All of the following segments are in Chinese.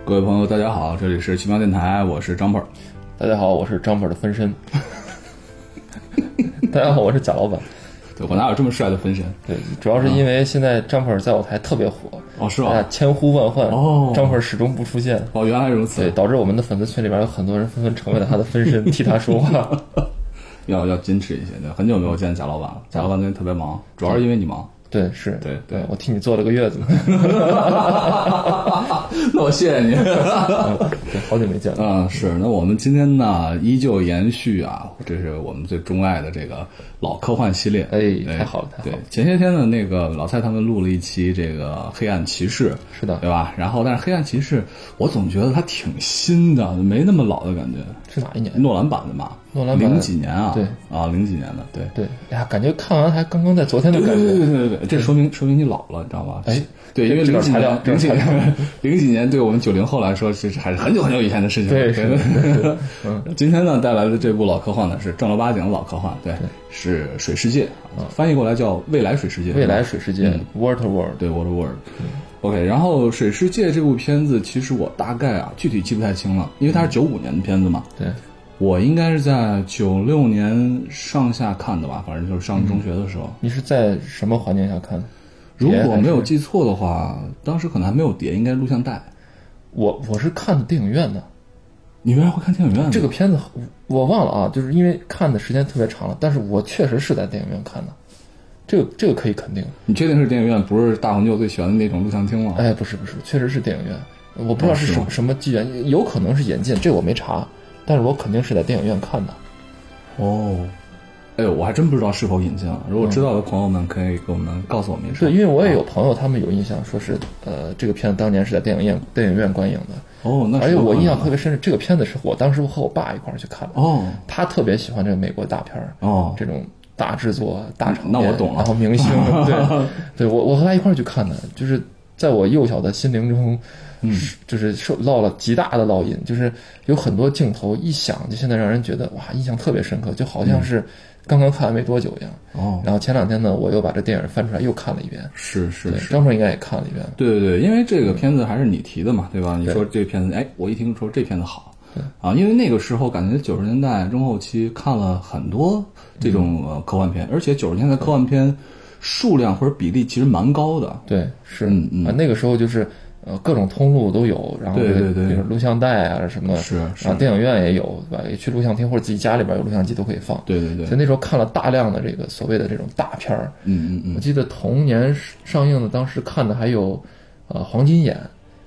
各位朋友大家好，这里是奇妙电台，我是张鹏。 大家好，我是张鹏的分身。大家好，我是贾老板。 对，我哪有这么帅的分身？ 对，主要是因为现在张鹏在我台特别火哦，是吧？ 大家千呼万唤哦， 张鹏始终不出现。 哦，原来如此。 对，导致我们的粉丝群里边有很多人纷纷成为了他的分身，替他说话。 要矜持一些，对，很久没有见贾老板了。贾老板最近特别忙，主要是因为你忙。 对，是， 对， 我替你坐了个月子。 那我谢谢你。 对，好久没见了。 是。那我们今天呢，依旧延续啊，这是我们最钟爱的这个老科幻系列。 太好了，太好了。 对，前些天呢，那个老蔡他们录了一期这个黑暗骑士， 是的， 对吧？然后，但是黑暗骑士，我总觉得它挺新的，没那么老的感觉。 是哪一年？ 诺兰版的嘛。 诺兰版零几年啊？ 对啊，00几年的，对对。哎呀，感觉看完还刚刚在昨天的感觉。 对，这说明你老了，你知道吗？ 哎， 对，因为零几年对我们90后来说，这还是很久很久以前的事情。 对。 今天呢带来的这部老科幻呢是正儿八经的老科幻，对，是水世界，翻译过来叫未来水世界。 未来水世界 ，Water World。 对 ，Water World。OK， 然后水世界这部片子，其实我大概具体记不太清了，因为它是95年的片子嘛。 对。 我应该是在96年上下看的吧，反正就是上中学的时候。 你是在什么环境下看？ 如果没有记错的话，当时可能还没有碟，应该是录像带。 我是看的电影院的。 你为啥会看电影院呢？ 这个片子我忘了啊，就是因为看的时间特别长了，但是我确实是在电影院看的。这个可以肯定。 你确定是电影院，不是大黄舅最喜欢的那种录像厅吗？ 哎，不是，确实是电影院。我不知道是什么机缘，有可能是引进，这我没查。但是我肯定是在电影院看的。 哦，哎呦，我还真不知道是否引进了。如果知道的朋友们可以给我们告诉我们一声。 对，因为我也有朋友，他们有印象，说是这个片子当年是在电影院观影的。 哦，那是。 而且我印象特别深，这个片子是我当时和我爸一块儿去看的。 哦， 他特别喜欢这个美国大片儿。 哦， 这种大制作、大场面， 那我懂了。 然后明星，对，我和他一块儿去看的，就是在我幼小的心灵中。就是烙了极大的烙印，就是有很多镜头一想就现在让人觉得哇，印象特别深刻，就好像是刚刚看完没多久一样。 哦， 然后前2天呢，我又把这电影翻出来又看了一遍。 是， 张鹏应该也看了一遍。 对，因为这个片子还是你提的嘛，对吧？你说这个片子，哎，我一听说这片子好，因为那个时候感觉90年代中后期看了很多这种科幻片，而且90年代科幻片数量或者比例其实蛮高的。 对，是，那个时候就是。各种通路都有，然后对， 比如录像带啊什么， 是， 然后电影院也有，对吧？也去录像厅或者自己家里边有录像机都可以放。 对。 所以那时候看了大量的这个所谓的这种大片儿。我记得同年上映的，当时看的还有黄金眼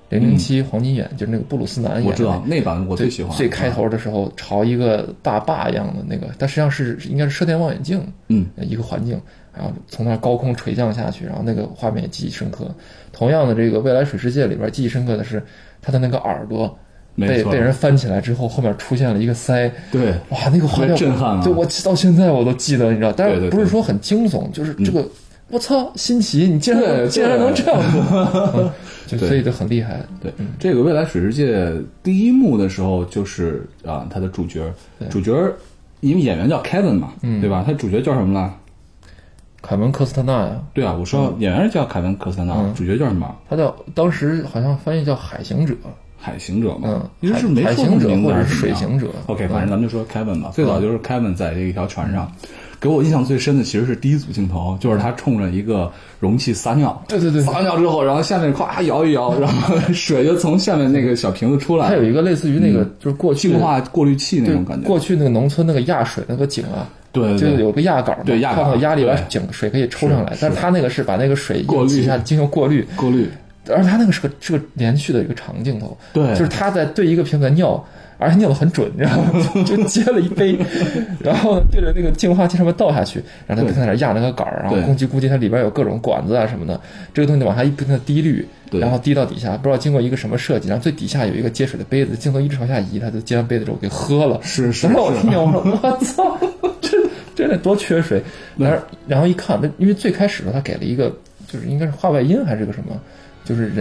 007黄金眼，就是那个布鲁斯南演的。 我知道那版我最喜欢。 最开头的时候朝一个大坝一样的那个，它实际上应该是射电望远镜，一个环境。然后从那高空垂降下去，然后那个画面也记忆深刻。同样的，这个未来水世界里边记忆深刻的是他的那个耳朵被人翻起来之后，后面出现了一个腮。 对， 哇，那个画面震撼啊！ 就我到现在我都记得，你知道，但是不是说很惊悚，就是这个我操，新奇，你竟然能这样做，所以就很厉害。 对，这个未来水世界第一幕的时候就是他的主角因为演员叫 Kevin 嘛，对吧？他主角叫什么了？ 凯文·科斯特纳呀。 对啊，我说演员叫凯文·科斯特纳，主角叫什么？ 他当时好像翻译叫海行者。 海行者嘛，其实是没说海行者名字或者是水行者。 OK， 反正咱们就说 Kevin 吧。最早就是 Kevin 在这一条船上，给我印象最深的其实是第一组镜头，就是他冲着一个容器撒尿。 对， 撒完尿之后，然后下面咵摇一摇，然后水就从下面那个小瓶子出来。 它有一个类似于那个就是过去净化过滤器那种感觉。 过去那个农村那个压水那个井啊。 对， 就有个压杆嘛， 对，压杆靠压力把水可以抽上来，但是它那个是把那个水过滤下经由过滤，而它那个是个连续的一个长镜头， 对， 就是他在对一个瓶子尿，而且尿得很准，然后就接了一杯，然后对着那个净化器上面倒下去，然后他在那压那个杆儿，然后估计它里边有各种管子啊什么的，这个东西往下一不停的滴滤，然后滴到底下，不知道经过一个什么设计，然后最底下有一个接水的杯子，镜头一直朝下移，他就接完杯子之后给喝了， 是， 然后我听见我说我操，真的多缺水，然后一看，因为最开始他给了一个就是应该是话外音还是个什么。就是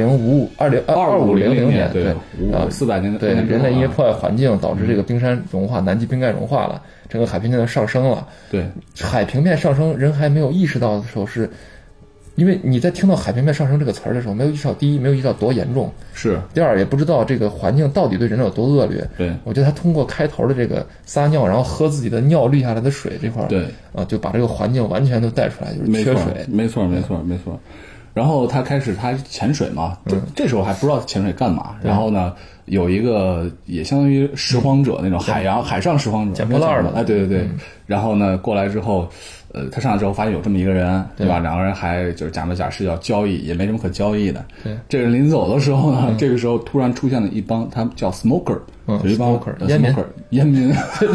2500年，对 400年， 对人类因为破坏环境导致这个冰山融化，南极冰盖融化了，整个海平面上升了。 对， 海平面上升，人还没有意识到的时候是因为你在听到海平面上升这个词儿的时候，没有意识到第一，没有意识到多严重， 是； 第二，也不知道这个环境到底对人类有多恶劣。 对， 我觉得他通过开头的这个撒尿，然后喝自己的尿滤下来的水这块， 对就把这个环境完全都带出来，就是缺水。 没错。然后他开始他潜水嘛，这时候还不知道潜水干嘛。然后呢，有一个也相当于拾荒者那种海上拾荒者， 捡破烂的。 哎，对。然后呢，过来之后，他上来之后发现有这么一个人，对吧？两个人还就是假模假式要交易，也没什么可交易的。 对， 这个人临走的时候呢，这个时候突然出现了一帮，他们叫 smoker， 有一帮烟民。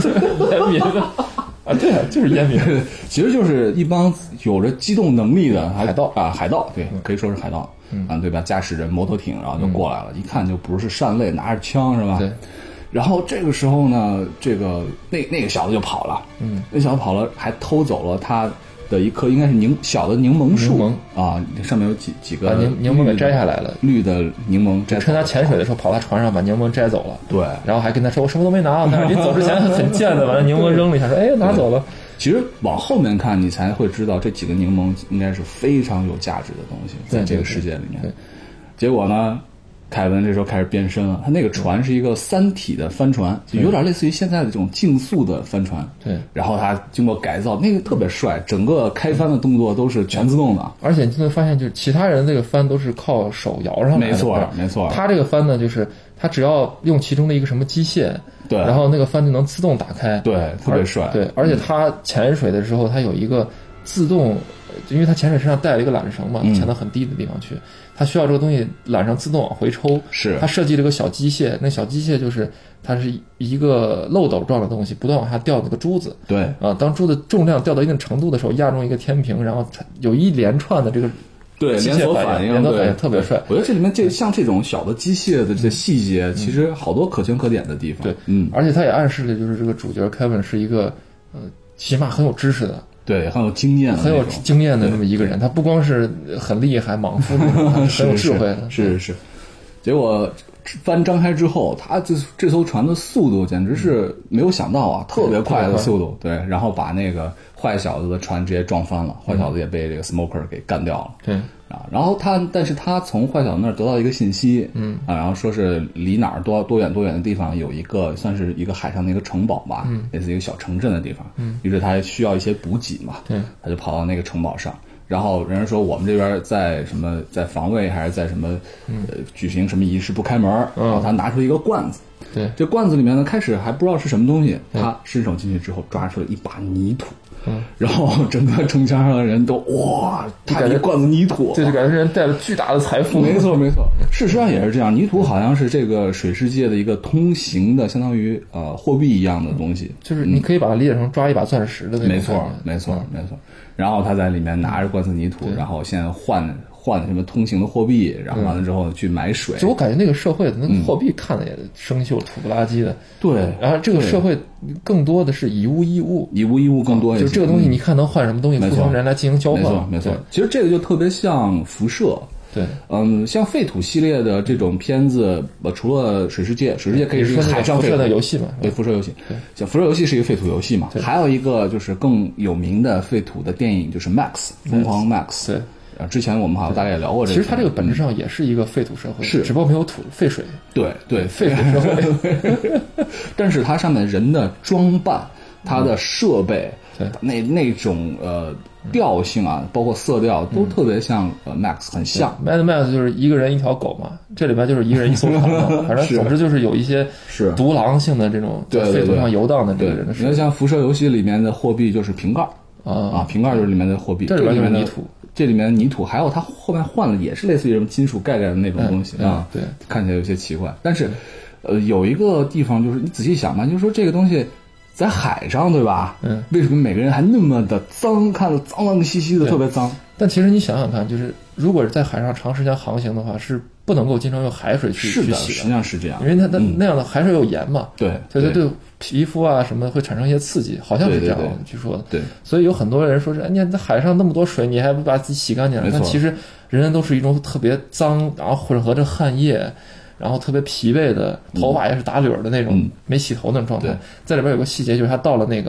啊，对啊，就是烟民， 其实就是一帮有着机动能力的海盗啊，海盗，对，可以说是海盗，对吧？驾驶着摩托艇，然后就过来了，一看就不是善类，拿着枪是吧？ 对。 然后这个时候呢，这个那个小子就跑了，那小子跑了，还偷走了他的一棵应该是小的柠檬树啊，上面有几个柠檬给摘下来了， 绿的柠檬摘， 趁他潜水的时候跑他船上把柠檬摘走了， 对， 然后还跟他说我什么都没拿，但是你走之前很贱的把那柠檬扔了一下，说哎拿走了。 其实往后面看，你才会知道这几个柠檬应该是非常有价值的东西，在这个世界里面。结果呢，凯文这时候开始变身了，他那个船是一个三体的帆船，就有点类似于现在的这种竞速的帆船。 对， 然后他经过改造，那个特别帅，整个开帆的动作都是全自动的。 而且你就会发现，就是其他人这个帆都是靠手摇上来的。 没错。 他这个帆呢，就是他只要用其中的一个什么机械， 对， 然后那个帆就能自动打开。 对，特别帅。 对，而且他潜水的时候，他有一个自动，因为他潜水身上带了一个缆绳嘛，潜到很低的地方去。它需要这个东西缆上自动往回抽， 是它设计了个小机械，那小机械就是它是一个漏斗状的东西，不断往下掉那个珠子。 对啊，当珠子重量掉到一定程度的时候，压中一个天平，然后它有一连串的这个对连锁反应特别帅。 我觉得这里面像这种小的机械的这细节，其实好多可圈可点的地方。 对，而且它也暗示了就是这个主角 Kevin 是一个起码很有知识的。 对，很有经验的那么一个人，他不光是很厉害莽夫，他是很有智慧的。 是。结果帆张开之后，他这艘船的速度简直是没有想到啊，特别快的速度。对，然后把那个坏小子的船直接撞翻了，坏小子也被这个 smoker 给干掉了。 对啊，然后但是他从坏小子那儿得到一个信息，然后说是离哪儿多远的地方有一个算是一个海上的一个城堡吧，类似一个小城镇的地方，于是他需要一些补给嘛，他就跑到那个城堡上，然后人家说我们这边在防卫还是在什么举行什么仪式不开门，然后他拿出一个罐子， 对， 这罐子里面呢开始还不知道是什么东西，他伸手进去之后抓出了一把泥土。然后整个城墙上的人都哇，他一罐子泥土， 对，就感觉人带了巨大的财富。 没错，事实上也是这样。泥土好像是这个水世界的一个通行的，相当于货币一样的东西， 就是你可以把它理解成抓一把钻石的那种。 没错。然后他在里面拿着罐子泥土，然后现在换什么通行的货币，然后完了之后去买水。 就我感觉那个社会的那个货币看的也生锈土不拉几的。 对， 然后这个社会更多的是以物易物更多一些。 就这个东西你看能换什么东西，不同人来进行交换。 没错。其实这个就特别像辐射。 对， 像废土系列的这种片子，除了水世界可以是海上辐射的游戏嘛？ 对，辐射游戏。像辐射游戏是一个废土游戏嘛？还有一个就是更有名的废土的电影，就是《Max》疯狂 Max。 对。 之前我们好像大概也聊过这个。 其实它这个本质上也是一个废土社会， 是， 只不过没有土，废水。 对， 废土社会。 但是它上面人的装扮、它的设备、那种调性啊，包括色调都特别像Max， 很像。 Mad Max 就是一个人一条狗嘛，这里边就是一个人一艘船嘛，反正总之就是有一些独狼性的这种在废土上游荡的这个人的。 你看像辐射游戏里面的货币就是瓶盖啊，瓶盖就是里面的货币， 这里面就是泥土。 这里面的泥土还有它后面换了也是类似于什么金属盖的那种东西啊， 对， 看起来有些奇怪。但是有一个地方就是你仔细想吧，就是说这个东西在海上对吧？为什么每个人还那么的脏，看着脏兮兮的，特别脏？ 但其实你想想看，就是如果是在海上长时间航行的话，是不能够经常用海水去洗的。 实际上是这样， 因为它那样的海水有盐嘛， 对皮肤啊什么会产生一些刺激，好像是这样据说的。 对， 所以有很多人说是，你在海上那么多水，你还不把自己洗干净？但其实人都是一种特别脏，然后混合着汗液，然后特别疲惫的，头发也是打绺的那种，没洗头那种状态。在里边有个细节，就是他到了那个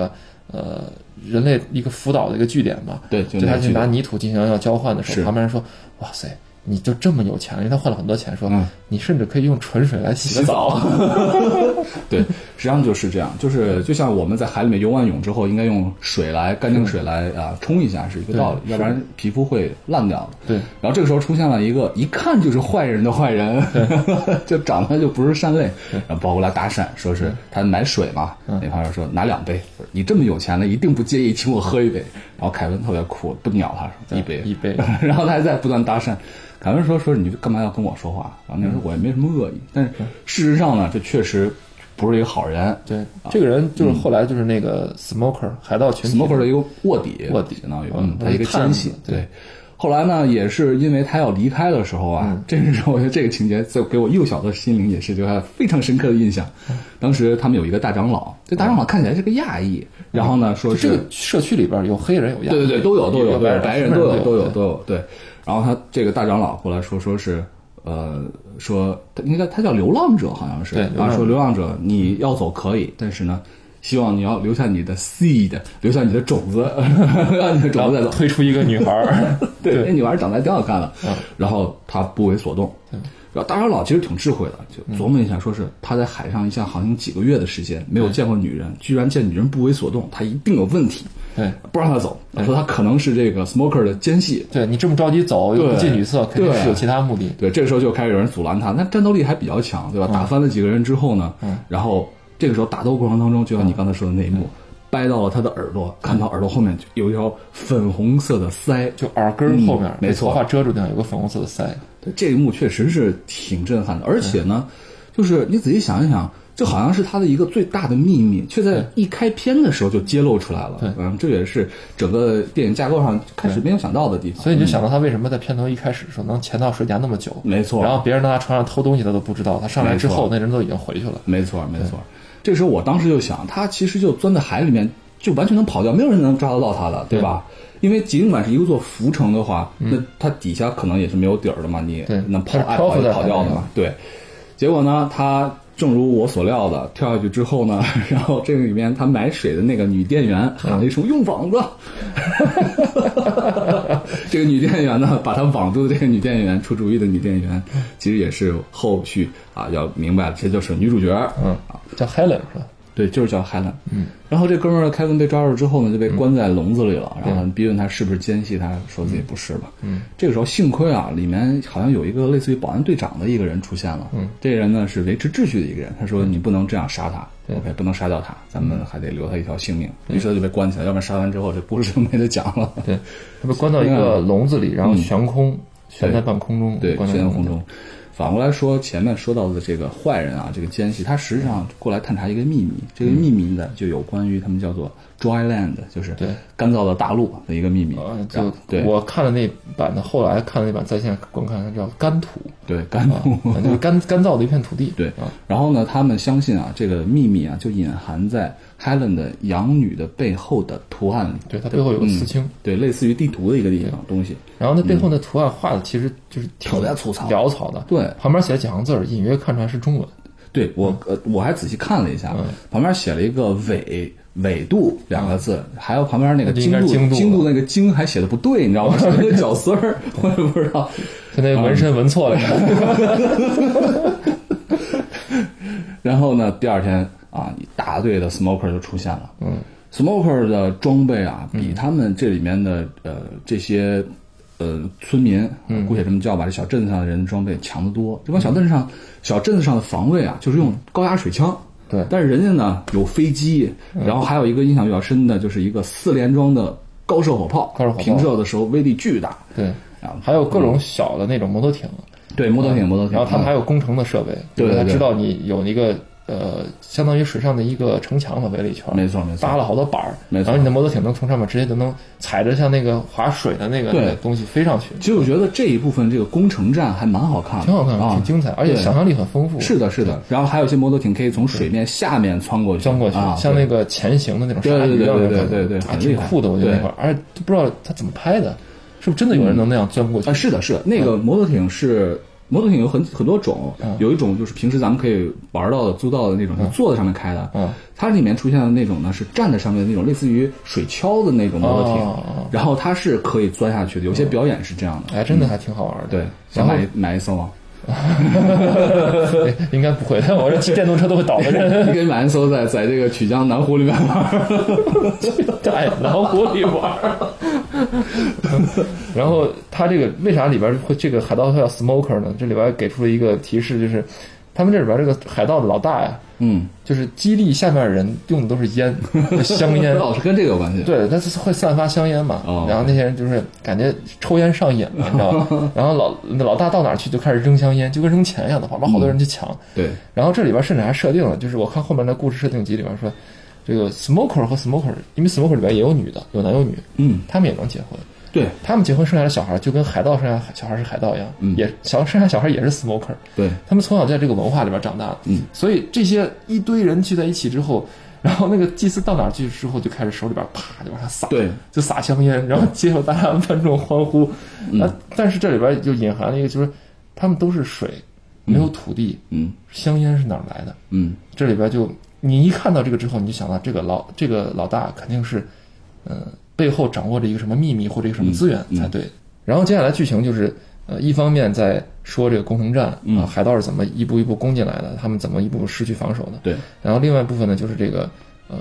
人类一个福岛的一个据点嘛。 对， 就他去拿泥土进行要交换的时候，旁边人说：“哇塞，你就这么有钱？”因为他换了很多钱，说：“你甚至可以用纯水来洗个澡。” 对，实际上就是这样，就像我们在海里面游完泳之后，应该用水来干净水来冲一下是一个道理，要不然皮肤会烂掉的。 对。 然后这个时候出现了一个一看就是坏人的坏人，就长得就不是善类，然后跑过来搭讪，说是他买水嘛，那朋友说拿2杯，你这么有钱了，一定不介意请我喝一杯。然后凯文特别酷，不鸟他，说一杯，然后他还在不断搭讪。凯文说你干嘛要跟我说话？然后那时候我也没什么恶意，但是事实上呢，这确实不是一个好人。 对，这个人就是后来就是那个 Smoker 海盗群体 Smoker 的一个卧底相当于他一个奸细。对，后来呢，也是因为他要离开的时候啊，这时候我觉得这个情节在给我幼小的心灵也是留下非常深刻的印象。当时他们有一个大长老，这大长老看起来是个亚裔，然后呢说是这个社区里边有黑人有亚裔， 对，都有白人都有对。然后他这个大长老过来说是说应该他叫流浪者，好像是啊，说流浪者你要走可以，但是呢，希望你要留下你的 seed， 留下你的种子，让你的种子再走。 推出一个女孩， 对，那女孩长得还挺好看的，然后他不为所动。然后大长老其实挺智慧的，就琢磨一下，说是他在海上一下航行几个月的时间，没有见过女人，居然见女人不为所动，他一定有问题。 对， 不让他走，说他可能是这个 Smoker 的奸细。 对，你这么着急走又不近女色，肯定是有其他目的。 对，这个时候就开始有人阻拦他，那战斗力还比较强，对吧？打翻了几个人之后呢，然后这个时候打斗过程当中，就像你刚才说的那一幕，掰到了他的耳朵，看到耳朵后面有一条粉红色的腮， 就耳根后面， 没错， 头发遮住掉有个粉红色的腮。 对，这一幕确实是挺震撼的，而且呢，就是你仔细想一想。这好像是他的一个最大的秘密，却在一开篇的时候就揭露出来了。这也是整个电影架构上开始没有想到的地方。 所以你就想到他为什么在片头一开始说能潜到水底下那么久， 没错。 然后别人到他船上偷东西他都不知道，他上来之后那人都已经回去了。 没错。这时候我当时就想，他其实就钻在海里面，就完全能跑掉，没有人能抓得到他的，对吧？因为尽管是一座浮城的话，那它底下可能也是没有底儿的嘛，你能跑掉的嘛。对。结果呢，他正如我所料的，跳下去之后呢，然后这个里面他买水的那个女店员喊了一声“用网子”，这个女店员呢，把他网住的这个女店员，出主意的女店员，其实也是后续要明白了，这就是女主角， 叫 Helen 是吧？ 对，就是叫 Helen。然后这哥们儿凯文被抓住之后呢，就被关在笼子里了。然后逼问他是不是奸细，他说自己不是吧。这个时候幸亏里面好像有一个类似于保安队长的一个人出现了。这个人呢是维持秩序的一个人，他说你不能这样杀他 ，OK， 不能杀掉他，咱们还得留他一条性命。于是他就被关起来，要不然杀完之后这故事就没得讲了。 对，他被关到一个笼子里，然后悬在半空中， 对，悬在空中。反过来说，前面说到的这个坏人这个奸细，他实际上过来探查一个秘密，这个秘密呢就有关于他们叫做 dry land， 就是干燥的大陆的一个秘密。对， 我看了那版的，后来看了那版在线观看，叫干土。 对，干土， 就是干燥的一片土地。 对，然后呢，他们相信这个秘密就隐含在 Helen 的养女的背后的图案里。 对，它背后有个刺青， 对，类似于地图的一个地方东西。 然后那背后的图案画的其实就是特别粗糙、 潦草的。 对， 旁边写了几行字，隐约看出来是中文。 对，我还仔细看了一下，旁边写了一个纬度2个字，还有旁边那个经度那个经还写的不对，你知道吗？是那个绞丝儿，我也不知道， 他那纹身纹错了。 然后呢，第二天一大队的 Smoker 就出现了。Smoker 的装备比他们这里面的这些村民，姑且这么叫吧，这小镇子上的人的装备强得多。这帮小镇子上的防卫就是用高压水枪。 对， 但是人家呢有飞机，然后还有一个印象比较深的，就是一个4连装的高射火炮，平射的时候威力巨大。 对，还有各种小的那种摩托艇。 对，摩托艇。 然后他们还有工程的设备， 对， 他知道你有一个相当于水上的一个城墙围了一圈， 没错， 搭了好多板儿， 没错。 然后你的摩托艇能从上面直接就能踩着像那个划水的那个东西飞上去。 其实我觉得这一部分这个攻城战还蛮好看的， 挺好看的，挺精彩，而且想象力很丰富。 是的。然后还有一些摩托艇可以从水面下面穿过去， 像那个潜行的那种鲨鱼一样的， 对， 挺酷的。我觉得那会儿，而且不知道他怎么拍的，是不是真的有人能那样钻过去？ 是的，那个摩托艇是摩托艇有很多种，有一种就是平时咱们可以玩到的、租到的那种，坐在上面开的。它里面出现的那种呢是站在上面的那种，类似于水橇的那种摩托艇，然后它是可以钻下去的。有些表演是这样的， 真的还挺好玩的。 对，想买一艘啊。 应该不会，但我这骑电动车都会倒的人。 你可以买一艘在这个曲江南湖里面玩， 在南湖里玩。然后它这个为啥里边会这个海盗叫 smoker 呢？这里边给出了一个提示，就是他们这里边这个海盗的老大呀，就是激励下面人用的都是烟，香烟。 是跟这个有关系。 对，他会散发香烟嘛。然后那些人就是感觉抽烟上瘾了，你知道吧？然后老大到哪儿去就开始扔香烟，就跟扔钱一样的，旁边好多人去抢。 对。 然后这里边甚至还设定了，就是我看后面的故事设定集里边说，这个 smoker 和 smoker， 因为 smoker 里边也有女的，有男有女，他们也能结婚。 对， 他们结婚生下的小孩就跟海盗生下小孩是海盗一样，也生下小孩也是 smoker。 对， 他们从小在这个文化里边长大，所以这些一堆人聚在一起之后，然后那个祭司到哪儿去之后，就开始手里边啪就往上撒， 对， 就撒香烟，然后接受大家万众欢呼。但是这里边就隐含了一个，就是他们都是水，没有土地，香烟是哪儿来的？这里边就你一看到这个之后，你就想到这个老大肯定是，背后掌握着一个什么秘密或者一个什么资源才对。然后接下来剧情就是一方面在说这个攻城战海盗是怎么一步一步攻进来的，他们怎么一步步失去防守的。 对。 然后另外一部分呢，就是这个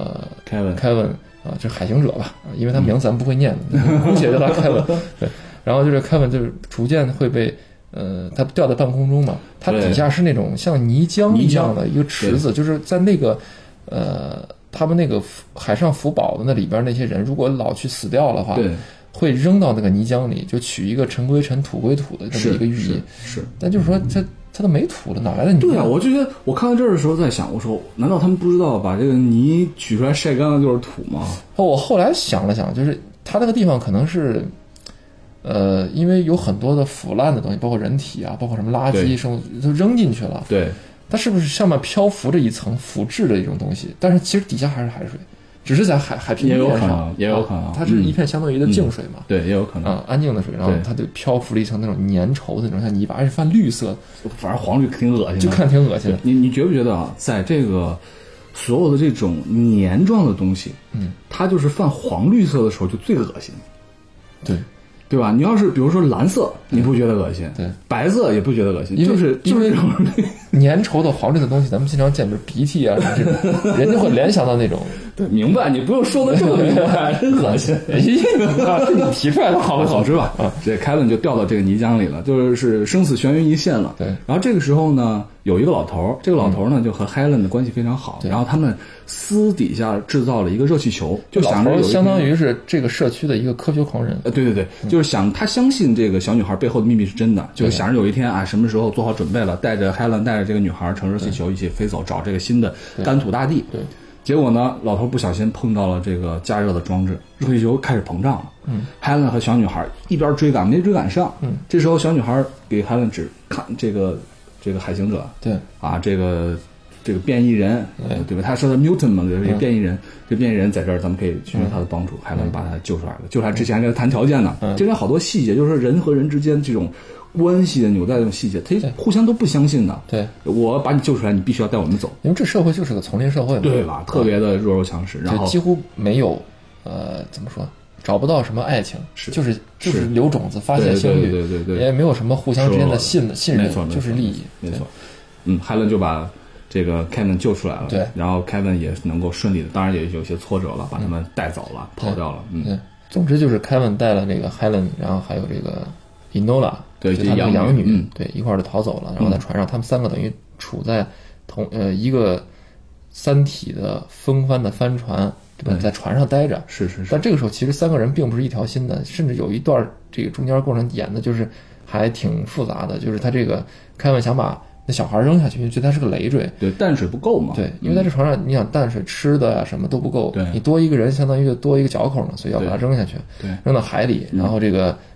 Kevin 这海行者吧，因为他名字咱们不会念，姑且叫他 Kevin。对。然后就是 Kevin 就是逐渐会被他掉在半空中嘛，他底下是那种像泥浆一样的一个池子，就是在那个他们那个海上福堡的那里边那些人，如果老去死掉的话， 对， 会扔到那个泥浆里，就取一个尘归尘土归土的这么一个寓意。 是。 但就是说他都没土了，哪来的泥？ 对啊，我就觉得我看到这儿的时候在想，我说难道他们不知道把这个泥取出来晒干了就是土吗？ 我后来想了想，就是他那个地方可能是因为有很多的腐烂的东西，包括人体啊，包括什么垃圾生物都扔进去了。 对。 它是不是上面漂浮着一层腐质的一种东西？但是其实底下还是海水，只是在海平面上， 也有可能， 它是一片相当于的净水嘛。 对，也有可能安静的水，然后它就漂浮了一层那种粘稠的那种像泥巴，而且泛绿色， 反正黄绿挺恶心的， 就看挺恶心的。 你觉不觉得啊，在这个所有的这种黏状的东西，它就是泛黄绿色的时候就最恶心。对吧？你要是比如说蓝色，你不觉得恶心？对，白色也不觉得恶心，就是这种粘稠的黄绿的东西，咱们经常见，比如鼻涕啊什么这种，人家会联想到那种。 对，明白，你不用说的这么明白，真恶心。 这你提出来的好不好吃吧？这凯文就掉到这个泥浆里了，就是生死悬于一线了。对。然后这个时候呢，有一个老头，这个老头呢就和 Helen 的关系非常好，然后他们私底下制造了一个热气球，就想着相当于是这个社区的一个科学狂人。 对，就是想他相信这个小女孩背后的秘密是真的，就想着有一天啊，什么时候做好准备了，带着 Helen 带着这个女孩乘热气球一起飞走，找这个新的干土大地。对。结果呢，老头不小心碰到了这个加热的装置，热气球开始膨胀了。Helen 和小女孩一边追赶没追赶上。这时候小女孩给 Helen 指看这个海行者。对啊，这个变异人，对吧？他说的 mutant 嘛，这个变异人，这变异人在这儿，咱们可以寻求他的帮助，Helen 把他救出来了。救出来之前跟他谈条件呢，这边好多细节，就是人和人之间这种关系的纽带这种细节，他互相都不相信的。对，我把你救出来，你必须要带我们走， 因为这社会就是个丛林社会嘛， 对吧？特别的弱肉强食，然后几乎没有怎么说，找不到什么爱情，就是留种子发现性欲，对，也没有什么互相之间的信任，就是利益， 没错。Helen 就把这个 Kevin 救出来了，对，然后 Kevin 也能够顺利的，当然也有些挫折了，把他们带走了，跑掉了。 对，总之就是 Kevin 带了这个 Helen， 然后还有这个 Enola， 对， 就他们养女，对，一块儿就逃走了。然后在船上，他们三个等于处在一个三体的风帆的帆船，对吧？在船上待着， 是。 但这个时候，其实三个人并不是一条心的，甚至有一段这个中间过程演的就是还挺复杂的，就是他这个 Kevin 想把那小孩扔下去，因为觉得他是个累赘， 对，淡水不够嘛， 对，因为在这船上，你想淡水吃的啊什么都不够，对，你多一个人相当于就多一个脚口嘛，所以要把它扔下去，对，扔到海里，然后这个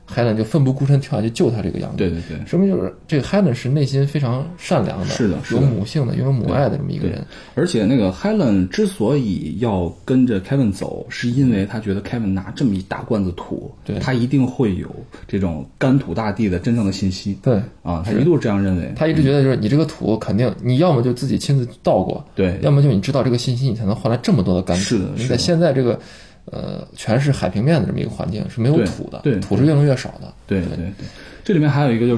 Helen 就奋不顾身跳下去救他这个养女。 对对对， 说明就是这个 Helen 是内心非常善良的， 是的， 有母性的，拥有母爱的这么一个人。 而且那个 Helen 之所以要跟着 Kevin 走，是因为他觉得 Kevin 拿这么一大罐子土， 对， 他一定会有这种干土大地的真正的信息。 对啊，他一度是这样认为。 他一直觉得就是你这个土肯定，你要么就自己亲自倒过， 对， 要么就你知道这个信息，你才能换来这么多的干土。 是的， 你在现在这个全是海平面的这么一个环境是没有土的， 对， 土是越来越少的。 对对对，这里面还有一个就是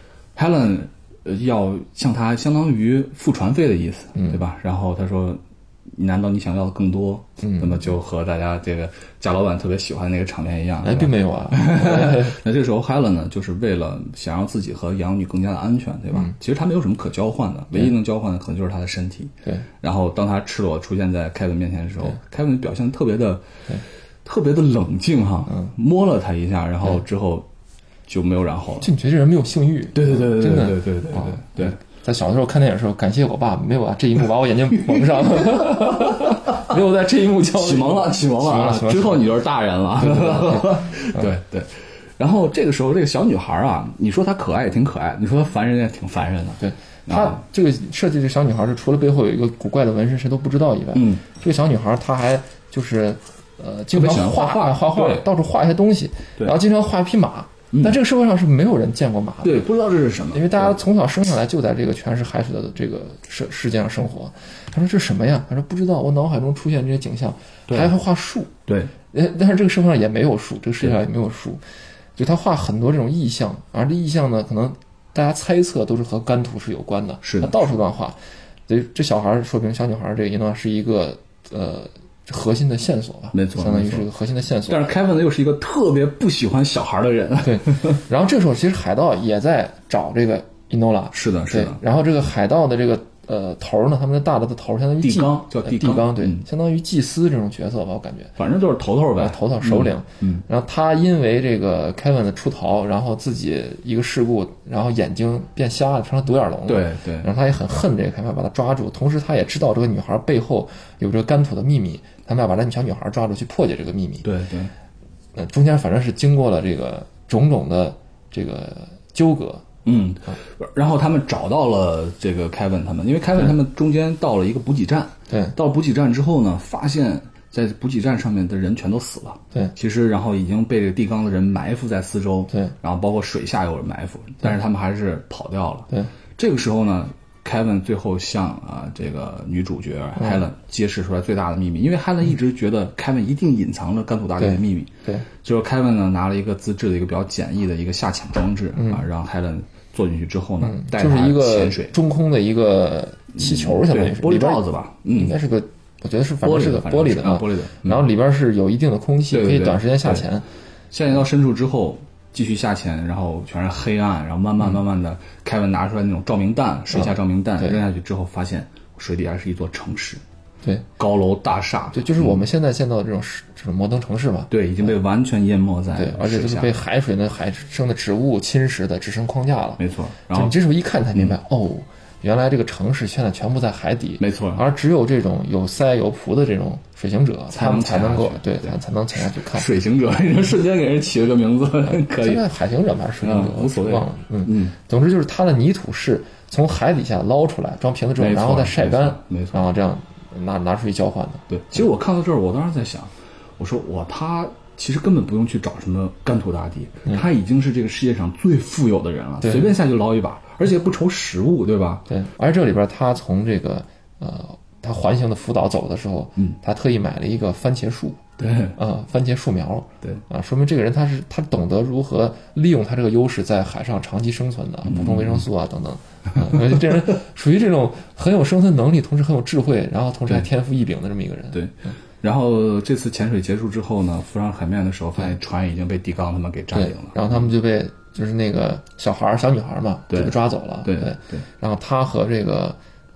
Helen 要向他相当于付船费的意思，对吧？然后他说：“难道你想要的更多？”那么就和大家这个贾老板特别喜欢的那个场面一样。 并没有啊。 那这时候 Helen 呢，就是为了想让自己和养女更加的安全，对吧？其实他没有什么可交换的，唯一能交换的可能就是他的身体。 对。 然后当他赤裸出现在 Kevin 面前的时候，Kevin 表现特别的冷静哈，摸了他一下，然后之后就没有然后了。 就你觉得这人没有性欲？ 对， 真的对。 在小的时候看电影的时候，感谢我爸没有这一幕把我眼睛蒙上，没有在这一幕启蒙了之后你就是大人了。对。然后这个时候这个小女孩啊，你说她可爱也挺可爱，你说她烦人也挺烦人的。 对，她这个设计这小女孩是除了背后有一个古怪的纹身谁都不知道以外，这个小女孩她还就是经常画画，到处画一些东西，然后经常画一匹马。但这个社会上是没有人见过马的， 对，不知道这是什么， 因为大家从小生下来就在这个全是海水的这个世界上生活。他说这是什么呀？他说不知道，我脑海中出现这些景象，还会画树。 对， 但是这个社会上也没有树，这个世界上也没有树，就他画很多这种意象，而这意象呢，可能大家猜测都是和干土是有关的， 是他到处乱画。所以这小孩说明小女孩这个应当是一个核心的线索吧， 没错， 相当于是一个核心的线索。 但是 Kevin 又是一个特别不喜欢小孩的人， 对。然后这时候其实海盗也在找这个 Enola， 是的。 然后这个海盗的这个头呢，他们的大的头相当于地缸，叫地缸，对，相当于祭司这种角色吧，我感觉， 反正就是头呗， 头首领。然后他因为这个 Kevin 的出逃，然后自己一个事故，然后眼睛变瞎了，成了独眼龙了。 对。 然后他也很恨这个 Kevin，把他抓住，同时他也知道这个女孩背后有这个干土的秘密，他们要把这小女孩抓住去破解这个秘密。 对。 中间反正是经过了这个种种的这个纠葛。 然后他们找到了这个 Kevin 他们，因为 Kevin 他们中间到了一个补给站， 对， 到了补给站之后呢，发现在补给站上面的人全都死了， 对， 其实然后已经被这个地缸的人埋伏在四周， 对， 然后包括水下有人埋伏，但是他们还是跑掉了， 对， 这个时候呢，Kevin 最后向这个女主角 Helen 揭示出来最大的秘密，因为 Helen 一直觉得 Kevin 一定隐藏着干土大地的秘密， 对， 就是 Kevin 呢拿了一个自制的一个比较简易的一个下潜装置让 Helen 坐进去之后呢，带就是一个潜水中空的一个气球，相当于是玻璃罩子吧， 应该是个，我觉得是反正是个玻璃的啊，玻璃的， 然后里边是有一定的空气，可以短时间下潜。 下潜到深处之后，继续下潜，然后全是黑暗，然后慢慢的，Kevin 拿出来那种照明弹，水下照明弹扔下去之后，发现水底下是一座城市。 对， 高楼大厦， 对，就是我们现在见到的这种摩登城市嘛， 对，已经被完全淹没在水下， 对，而且就是被海水的海生的植物侵蚀的只剩框架了， 没错。然后你这时候一看才明白，原来这个城市现在全部在海底， 没错， 而只有这种有鳃有蹼的这种水行者，他们才能够才能潜下去看。 水行者，瞬间给人起了个名字，可以。 现在海行者还是水行者， 无所谓， 忘了。总之就是它的泥土是从海底下捞出来，装瓶子之后，然后再晒干， 没错， 然后这样拿出去交换的。 对，其实我看到这儿，我当时在想，我说他其实根本不用去找什么干土大地，他已经是这个世界上最富有的人了，随便下去捞一把，而且不愁食物，对吧？ 对。而这里边他从这个他环形的辅导走的时候，他特意买了一个番茄树， 对， 番茄树苗， 对， 说明这个人他懂得如何利用他这个优势在海上长期生存的，补充维生素啊等等。这人属于这种很有生存能力，同时很有智慧，然后同时还天赋异禀的这么一个人。 对。然后这次潜水结束之后呢，浮上海面的时候，发现船已经被地缸他们给占领了。 然后他们就被就是那个小女孩嘛，就被抓走了。 对。 然后他和这个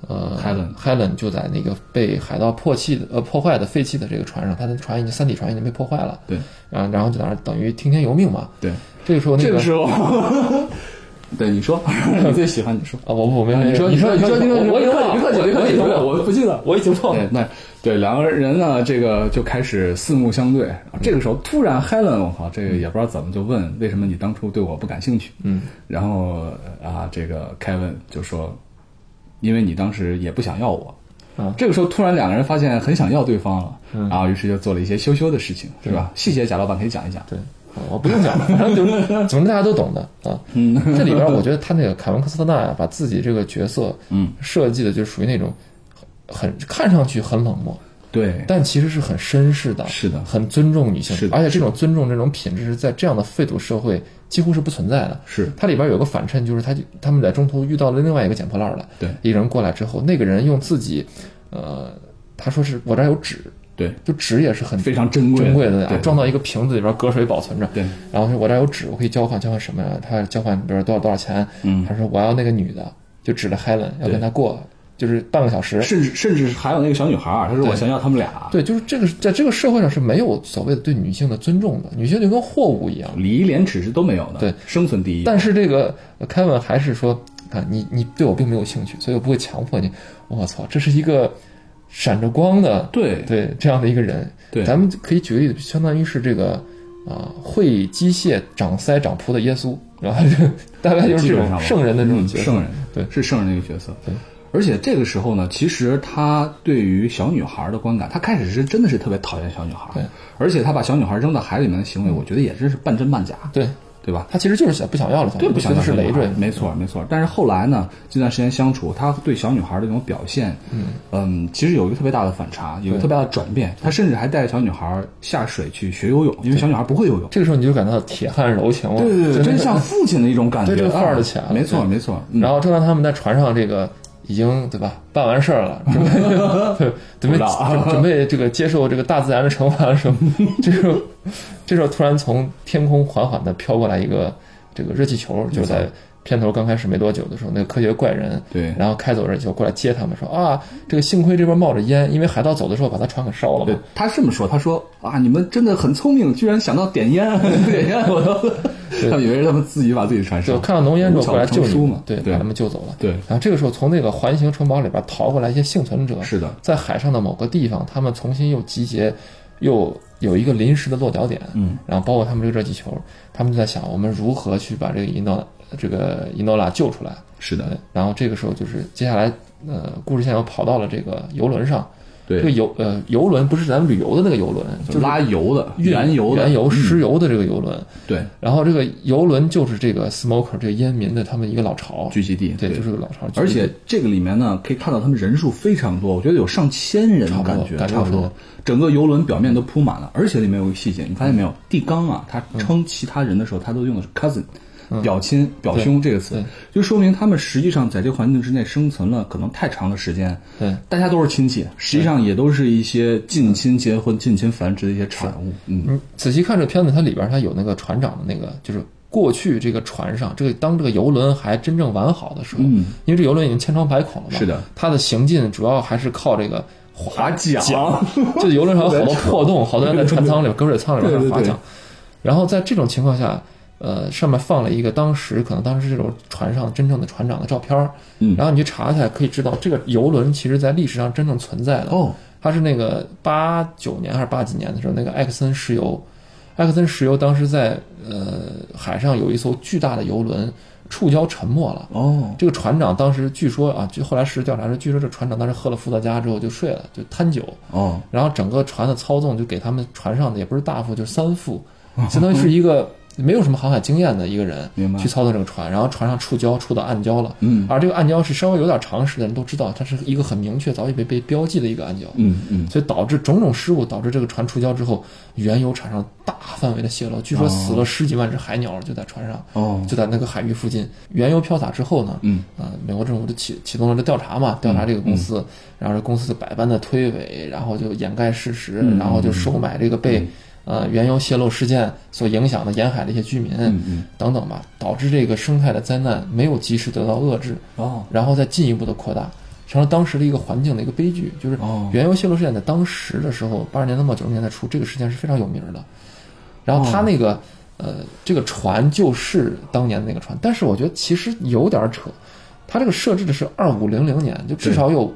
Helen 就在那个被海盗破坏的废弃的这个船上，他的船3体船已经被破坏了。 对。 然后就在那等于听天由命嘛。 对。 这个时候对，你说，你最喜欢你说我没你说， 我已经忘了， 我不记得， 我已经忘了。 对，那对，两个人呢，这个就开始四目相对。这个时候突然 Helen， 我靠，这个也不知道怎么就问为什么你当初对我不感兴趣？然后这个 Kevin 就说，因为你当时也不想要我。这个时候突然两个人发现很想要对方了，然后于是就做了一些羞羞的事情，是吧？细节贾老板可以讲一讲。 对。我不用讲了，反正就是总之大家都懂的啊。这里边我觉得他那个凯文科斯特纳呀，把自己这个角色设计的就属于那种很看上去很冷漠， 对， 但其实是很绅士的， 是的， 很尊重女性， 是的， 而且这种尊重这种品质是在这样的废土社会几乎是不存在的。 是， 它里边有个反衬，就是他们在中途遇到了另外一个捡破烂的， 对， 一个人过来之后，那个人用自己，他说是我这儿有纸。 对， 就纸也是很非常珍贵的，装到一个瓶子里边隔水保存着。 对， 然后说我这有纸，我可以交换什么呀？他交换比如多少钱？他说我要那个女的，就指着 Helen 要跟他过，就是半个小时。 甚至还有那个小女孩，他说我想要他们俩。 对，就是这个在这个社会上是没有所谓的对女性的尊重的，女性就跟货物一样， 礼义廉耻是都没有的。 对， 生存第一。 但是这个 Kevin 还是说，看你对我并没有兴趣，所以我不会强迫你。我操，这是一个闪着光的， 对这样的一个人。 对， 咱们可以举个例子，相当于是这个会机械长腮长蹼的耶稣，然后大概就是这种圣人的这种角色。 圣人， 对， 是圣人的一个角色。 对， 而且这个时候呢，其实他对于小女孩的观感，他开始是真的是特别讨厌小女孩， 对， 而且他把小女孩扔到海里面的行为，我觉得也真是半真半假。对吧？ 他其实就是不想要了， 对，不想要是累赘， 没错。但是后来呢，这段时间相处，他对小女孩的这种表现，其实有一个特别大的反差，有一个特别大的转变。他甚至还带小女孩下水去学游泳，因为小女孩不会游泳。 这个时候你就感到铁汉柔情了， 对，真像父亲的一种感觉， 对这个范儿就起来了。 没错。 然后正当他们在船上这个已经对吧办完事儿了，准备这个接受这个大自然的惩罚的时候，这时候突然从天空缓缓的飘过来一个这个热气球，就在片头刚开始没多久的时候，那个科学怪人对， 然后开走热气球过来接他们，说这个幸亏这边冒着烟，因为海盗走的时候把他船给烧了嘛。 对，他这么说，他说你们真的很聪明，居然想到点烟，我都他们以为是他们自己把自己船烧， 就看到浓烟之后过来救你嘛， 对，把他们救走了。 对， 然后这个时候从那个环形城堡里边逃过来一些幸存者， 是的，在海上的某个地方，他们重新又集结，又有一个临时的落脚点，然后包括他们这个热气球，他们就在想我们如何去把这个伊诺拉救出来。 是的， 然后这个时候就是接下来故事线又跑到了这个游轮上。 对， 这个游轮不是咱们旅游的那个游轮，就是拉油的、 原油、石油的这个游轮。 对， 然后这个游轮就是这个 smoker 这个烟民的他们一个老巢聚集地， 对，就是个老巢。 而且这个里面呢，可以看到他们人数非常多，我觉得有上千人的感觉，差不多。整个游轮表面都铺满了，而且里面有个细节，你发现没有？蒂冈他称其他人的时候，他都用的是 cousin。表亲、表兄这个词，就说明他们实际上在这个环境之内生存了可能太长的时间。 对， 大家都是亲戚，实际上也都是一些近亲结婚、近亲繁殖的一些产物。 仔细看这片子，它里边它有那个船长的那个，就是过去这个船上，当这个游轮还真正完好的时候，因为这游轮已经千疮百孔了嘛。 是的， 它的行进主要还是靠这个划桨， 就游轮上有好多破洞，好多人在船舱里、隔水舱里边划桨。然后在这种情况下。上面放了一个当时这种船上真正的船长的照片，然后你去查一下，可以知道这个游轮其实在历史上真正存在的。它是那个89年还是80几年的时候，那个埃克森石油当时在海上有一艘巨大的游轮触礁沉没了。这个船长当时据说就后来事实调查说，据说这船长当时喝了伏特加之后就睡了，就贪酒。然后整个船的操纵就给他们船上的也不是大副就是三副，相当于是一个。没有什么航海经验的一个人去操作这个船，然后船上触礁到暗礁了。而这个暗礁是稍微有点常识的人都知道，它是一个很明确早已被标记的一个暗礁。所以导致种种失误，导致这个船触礁之后，原油产生大范围的泄漏，据说死了10几万只海鸟就在船上，就在那个海域附近。原油飘洒之后呢，美国政府就启动了这调查嘛，调查这个公司，然后这公司就百般的推诿，然后就掩盖事实，然后就收买这个被。原油泄漏事件所影响的沿海的一些居民，等等吧，导致这个生态的灾难没有及时得到遏制，然后再进一步的扩大，成了当时的一个环境的一个悲剧。就是原油泄漏事件在当时的时候，80年代末90年代初，这个事件是非常有名的。然后他那个这个船就是当年的那个船，但是我觉得其实有点扯，他这个设置的是2500年，就至少有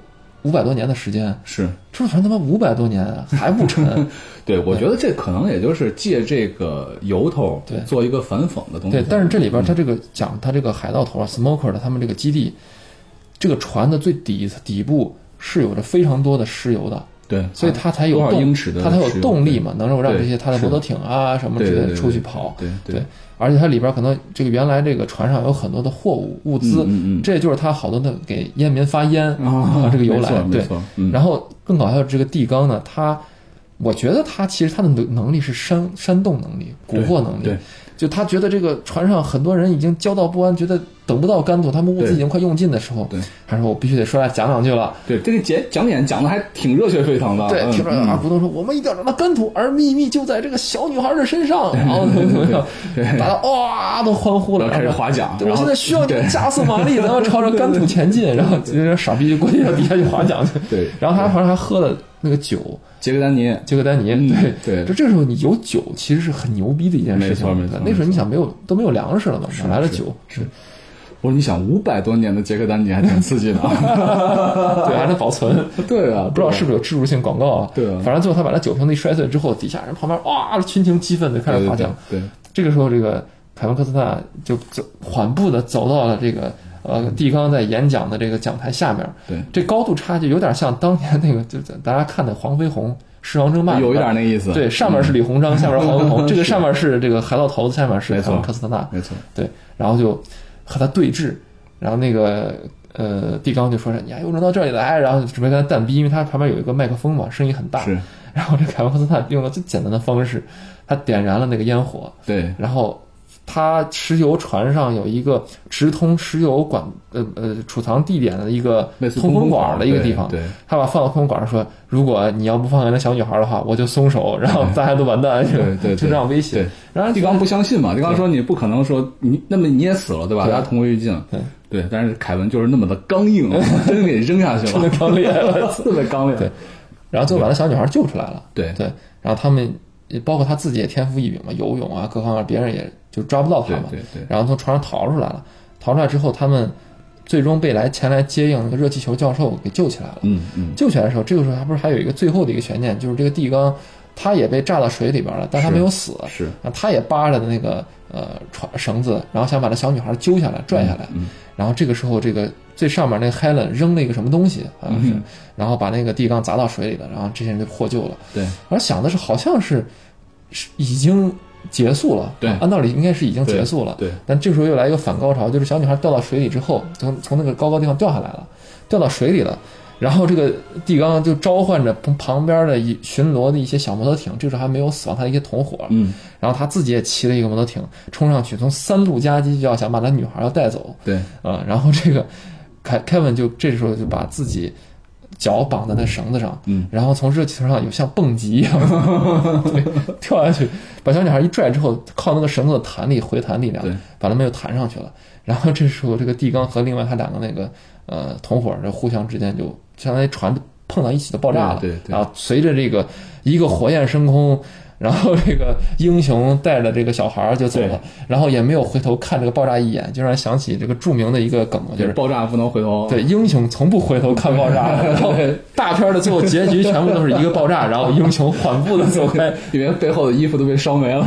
500多年的时间， 是这艘船他妈500多年还不沉。 对，我觉得这可能也就是借这个由头做一个反讽的东西。 对，但是这里边他这个讲他这个海盗头Smoker 的他们这个基地，这个船的最底部是有着非常多的石油的。 对， 所以它才有多少英尺的， 它才有动力嘛，能够让这些它的摩托艇啊什么之类的出去跑。 对， 而且它里边可能这个原来这个船上有很多的货物物资，这就是它好多的给烟民发烟这个由来。对，然后更搞笑的这个地缸呢，我觉得其实它的能力是煽动能力、蛊惑能力。就他觉得这个船上很多人已经焦躁不安，觉得等不到干土，他们物资已经快用尽的时候， 对， 他说我必须得说来讲两句了。对， 这个讲点讲的还挺热血沸腾的。 对，听着股东说我们一定要找到干土，而秘密就在这个小女孩的身上。然后大家哇都欢呼了， 开始划桨。 我现在需要你加速马力，咱要朝着干土前进。然后傻逼就过去底下去划桨去。 对， 然后他好像还喝了那个酒。杰克丹尼，对，这时候你有酒其实是很牛逼的一件事情。 没错。 那时候你想都没有粮食了嘛，哪来的酒？ 是。我说你想500多年的杰克丹尼还挺刺激的， 对，还能保存。 对啊， 不知道是不是有植入性广告啊？ 对啊。 反正最后他把那酒瓶子一摔碎之后，底下人旁边哇群情激愤的开始划桨。 对， 这个时候这个凯文科斯塔就缓步的走到了这个。蒂冈在演讲的这个讲台下面， 对， 这高度差距有点像当年那个，就大家看的黄飞鸿《狮王争霸》， 有一点那意思。 对，上面是李鸿章，下面是黄飞鸿，这个上面是这个海盗头子，下面是凯文科斯特纳， 没错。 对，然后就和他对峙，然后那个蒂冈就说是你还又扔到这里来，然后准备跟他蛋逼，因为他旁边有一个麦克风嘛，声音很大。 是。 然后这凯文科斯特纳用了最简单的方式，他点燃了那个烟火， 对， 然后。他石油船上有一个直通石油管储藏地点的一个通风管的一个地方， 对， 他把放到通风管上说，如果你要不放下那小女孩的话，我就松手，然后大家都完蛋， 对， 就这样威胁。 然后蒂冈不相信嘛，蒂冈说你不可能说那么你也死了对吧？大家同归于尽。对，但是凯文就是那么的刚硬，真给扔下去了， 真的刚烈， 特别刚烈。 对，然后最后把那小女孩救出来了。 对， 然后他们包括他自己也天赋异禀嘛，游泳啊各方面，别人也就抓不到他嘛。 对， 然后从船上逃出来了，逃出来之后，他们最终被前来接应那个热气球教授给救起来了。救起来的时候，这个时候他不是还有一个最后的一个悬念，就是这个蒂冈他也被炸到水里边了，但他没有死。 是啊，他也扒着的那个绳子，然后想把这小女孩揪下来拽下来。然后这个时候，这个最上面那个 Helen 扔了一个什么东西，好像是，然后把那个蒂冈砸到水里了，然后这些人就获救了。 对， 而想的是好像是已经结束了， 对， 按道理应该是已经结束了， 对。 但这时候又来一个反高潮，就是小女孩掉到水里之后，从那个高地方掉下来了，掉到水里了。然后这个蒂冈就召唤着旁边的巡逻的一些小摩托艇，这时候还没有死亡他的一些同伙，然后他自己也骑了一个摩托艇冲上去，从3路夹击就要想把他女孩要带走， 对， 然后这个凯文就这时候就把自己脚绑在那绳子上，然后从热气球上有像蹦极一样对，跳下去，把小女孩一拽之后，靠那个绳子的弹力回弹力量，把他们又弹上去了。然后这时候这个蒂冈和另外他2个那个同伙这互相之间就相当于船碰到一起就爆炸了， 对， 然后随着这个一个火焰升空，然后这个英雄带着这个小孩就走了，然后也没有回头看这个爆炸一眼，就让人想起这个著名的一个梗，就是爆炸不能回头。 对，英雄从不回头看爆炸。然后大片的最后结局全部都是一个爆炸，然后英雄缓步的走开， 因为背后的衣服都被烧没了。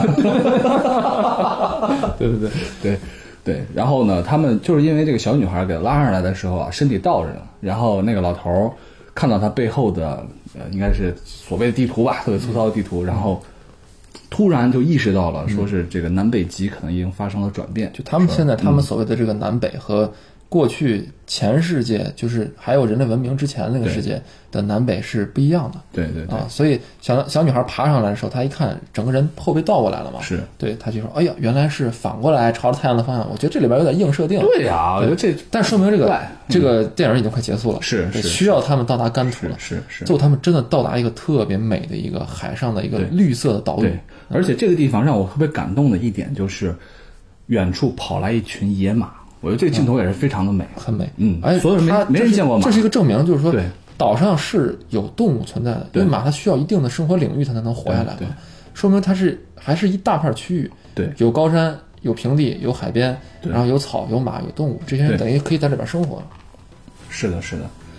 对，然后呢，他们就是因为这个小女孩给拉上来的时候啊，身体倒着呢，然后那个老头看到他背后的应该是所谓的地图吧，特别粗糙的地图，然后突然就意识到了，说是这个南北极可能已经发生了转变。 就他们现在他们所谓的这个南北和过去前世界，就是还有人类文明之前那个世界的南北是不一样的。 对啊，所以小女孩爬上来的时候，她一看整个人后背倒过来了嘛， 是对， 她就说：“哎呀，原来是反过来朝着太阳的方向。”我觉得这里边有点硬设定。 对呀，我觉得这， 但说明这个电影已经快结束了， 是需要他们到达干土了， 是。 最后他们真的到达一个特别美的一个海上的一个绿色的岛屿。 对，而且这个地方让我特别感动的一点就是，远处跑来一群野马。我觉得这个镜头也是非常的美， 很美。 而且所有人没人见过马， 这是一个证明，就是说岛上是有动物存在的，因为马它需要一定的生活领域它才能活下来嘛，说明它还是一大片区域， 对， 有高山，有平地，有海边，然后有草，有马，有动物，这些人等于可以在这边生活。 是的。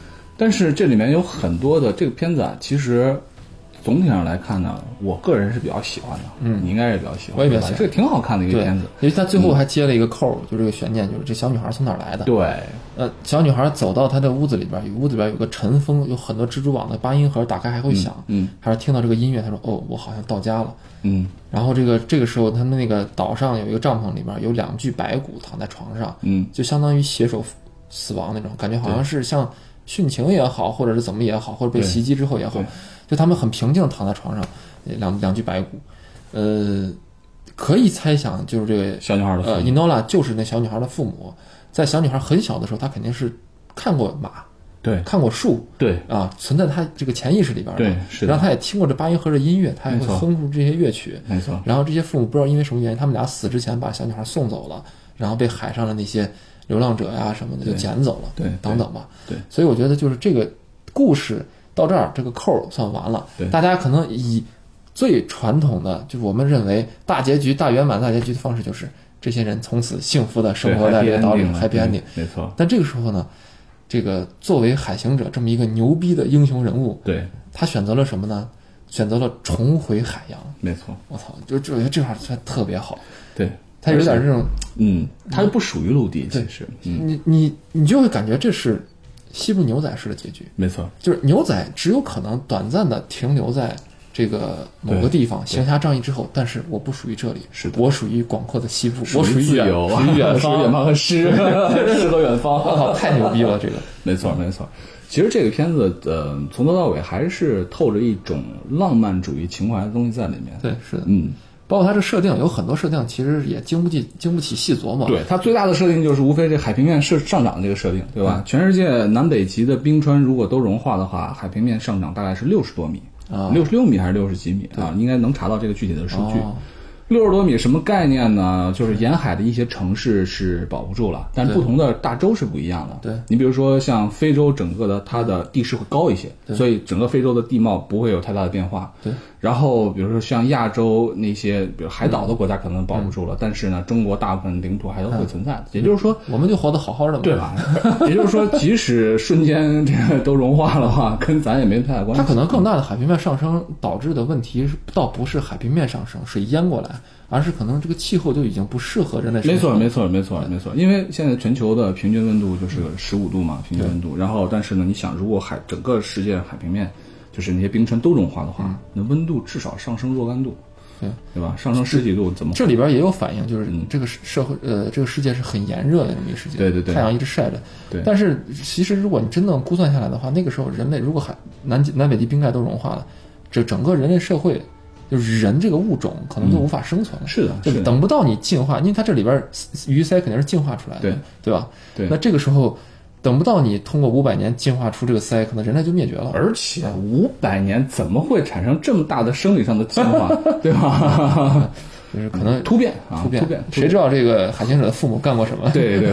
但是这里面有很多的这个片子啊，其实总体上来看呢，我个人是比较喜欢的。你应该是比较喜欢， 我也比较喜欢， 这个挺好看的一个片子。 因为他最后还接了一个扣，就这个悬念，就是这小女孩从哪儿来的？ 对， 小女孩走到她的屋子里边，屋子里边有个尘封，有很多蜘蛛网的八音盒，打开还会响。还是听到这个音乐，她说：“哦，我好像到家了。”然后这个时候，他们那个岛上有一个帐篷，里边有2具白骨躺在床上，就相当于携手死亡那种感觉，好像是像殉情也好，或者是怎么也好，或者被袭击之后也好，就他们很平静躺在床上，两具白骨，可以猜想就是这个小女孩的父母伊诺拉就是那小女孩的父母，在小女孩很小的时候，她肯定是看过马。 对， 看过树， 对啊，存在他这个潜意识里边。 对，是的。 然后他也听过这八音盒的音乐，他也会哼出这些乐曲。 没错。 然后这些父母不知道因为什么原因，他们俩死之前把小女孩送走了，然后被海上的那些流浪者呀什么的就捡走了， 对， 等等吧。 对。 所以我觉得就是这个故事到这儿，这个扣算完了。 对。 大家可能以最传统的，就是我们认为大结局、大圆满、大结局的方式，就是这些人从此幸福的生活在这个岛里 ，happy ending。 没错。 但这个时候呢？这个作为海行者这么一个牛逼的英雄人物， 对， 他选择了什么呢？选择了重回海洋。 没错， 我操，就我觉得这块算特别好。 对， 他有点这种， 他又不属于陆地，其实， 你就会感觉这是西部牛仔式的结局。 没错， 就是牛仔只有可能短暂的停留在这个某个地方行侠仗义之后，但是我不属于这里， 是的， 我属于广阔的西部，我属于自由， 属于远方， 远方和诗和远方， 太牛逼了！这个没错没错。其实这个片子从头到尾还是透着一种浪漫主义情怀的东西在里面。 对，是的，包括它这设定有很多设定，其实也经不起细琢磨。 对，它最大的设定就是无非这海平面上涨这个设定，对吧？全世界南北极的冰川如果都融化的话，海平面上涨大概是60多米。66米还是60几米啊？应该能查到这个具体的数据。60多米什么概念呢？就是沿海的一些城市是保护住了，但不同的大洲是不一样的。 对， 你比如说像非洲，整个的它的地势会高一些，所以整个非洲的地貌不会有太大的变化。 对。 然后比如说像亚洲那些比如海岛的国家可能保护住了，但是呢，中国大部分领土还都会存在的。也就是说， 我们就活得好好的嘛， 对吧？也就是说，即使瞬间这个都融化的话，跟咱也没太大关系。 它可能更大的海平面上升导致的问题倒不是海平面上升，水淹过来，而是可能这个气候就已经不适合人类生活。 没错。因为现在全球的平均温度就是15度嘛，平均温度。然后，但是呢，你想，如果整个世界海平面就是那些冰川都融化的话，那温度至少上升若干度，对吧？上升10几度怎么？ 这里边也有反应，就是这个社会这个世界是很炎热的这么一个世界， 对， 太阳一直晒着。 对。 但是其实如果你真正估算下来的话，那个时候人类如果南北极冰盖都融化了，这整个人类社会就是人这个物种可能都无法生存了。 是的， 就等不到你进化，因为它这里边鱼鳃肯定是进化出来的，对吧？ 对。 那这个时候。等不到你通过500年进化出这个鳃，可能人类就灭绝了。 而且500年怎么会产生这么大的生理上的进化，对吧？ 就是可能突变， 谁知道这个海行者的父母干过什么？ 对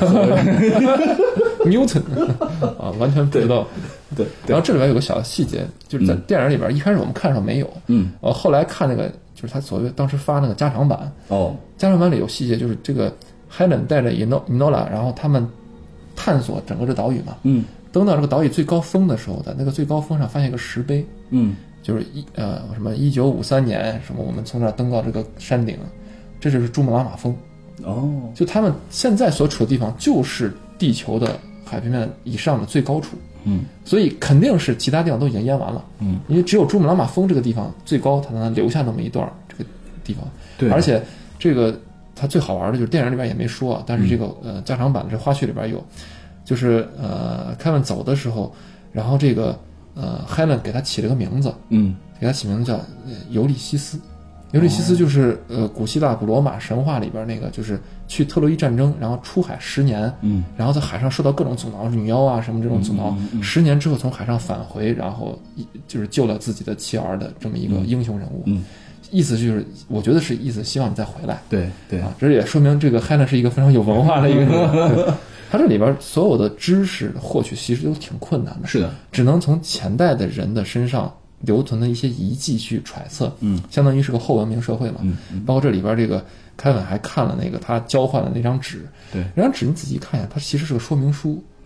，Newton 啊，完全不知道。 对。 然后这里边有个小的细节，就是在电影里边一开始我们看的时候没有，后来看那个就是他所谓当时发那个加长版，加长版里有细节，就是这个 Helen 带着 Enola， 然后他们。探索整个这岛屿嘛，登到这个岛屿最高峰的时候的那个最高峰上发现一个石碑，就是什么1953年什么我们从那儿登到这个山顶，这就是珠穆朗玛峰，就他们现在所处的地方就是地球的海平面以上的最高处，所以肯定是其他地方都已经淹完了，因为只有珠穆朗玛峰这个地方最高，它才能留下那么一段这个地方， 对， 而且这个。它最好玩的就是电影里边也没说，但是这个加长版的这花絮里边有，就是Kevin 走的时候，然后这个Helen 给他起了个名字，给他起名字叫尤利西斯。尤利西斯就是古希腊古罗马神话里边那个，就是去特洛伊战争，然后出海10年，然后在海上受到各种阻挠，女妖啊什么这种阻挠，10年之后从海上返回，然后就是救了自己的妻儿的这么一个英雄人物。意思就是，我觉得是意思，希望你再回来。 对啊，这也说明这个 Helen 是一个非常有文化的一个人。他这里边所有的知识获取其实都挺困难的， 是的， 只能从前代的人的身上留存的一些遗迹去揣测，相当于是个后文明社会嘛。包括这里边这个凯文还看了那个他交换的那张纸， 对， 那张纸你仔细看一下，它其实是个说明书。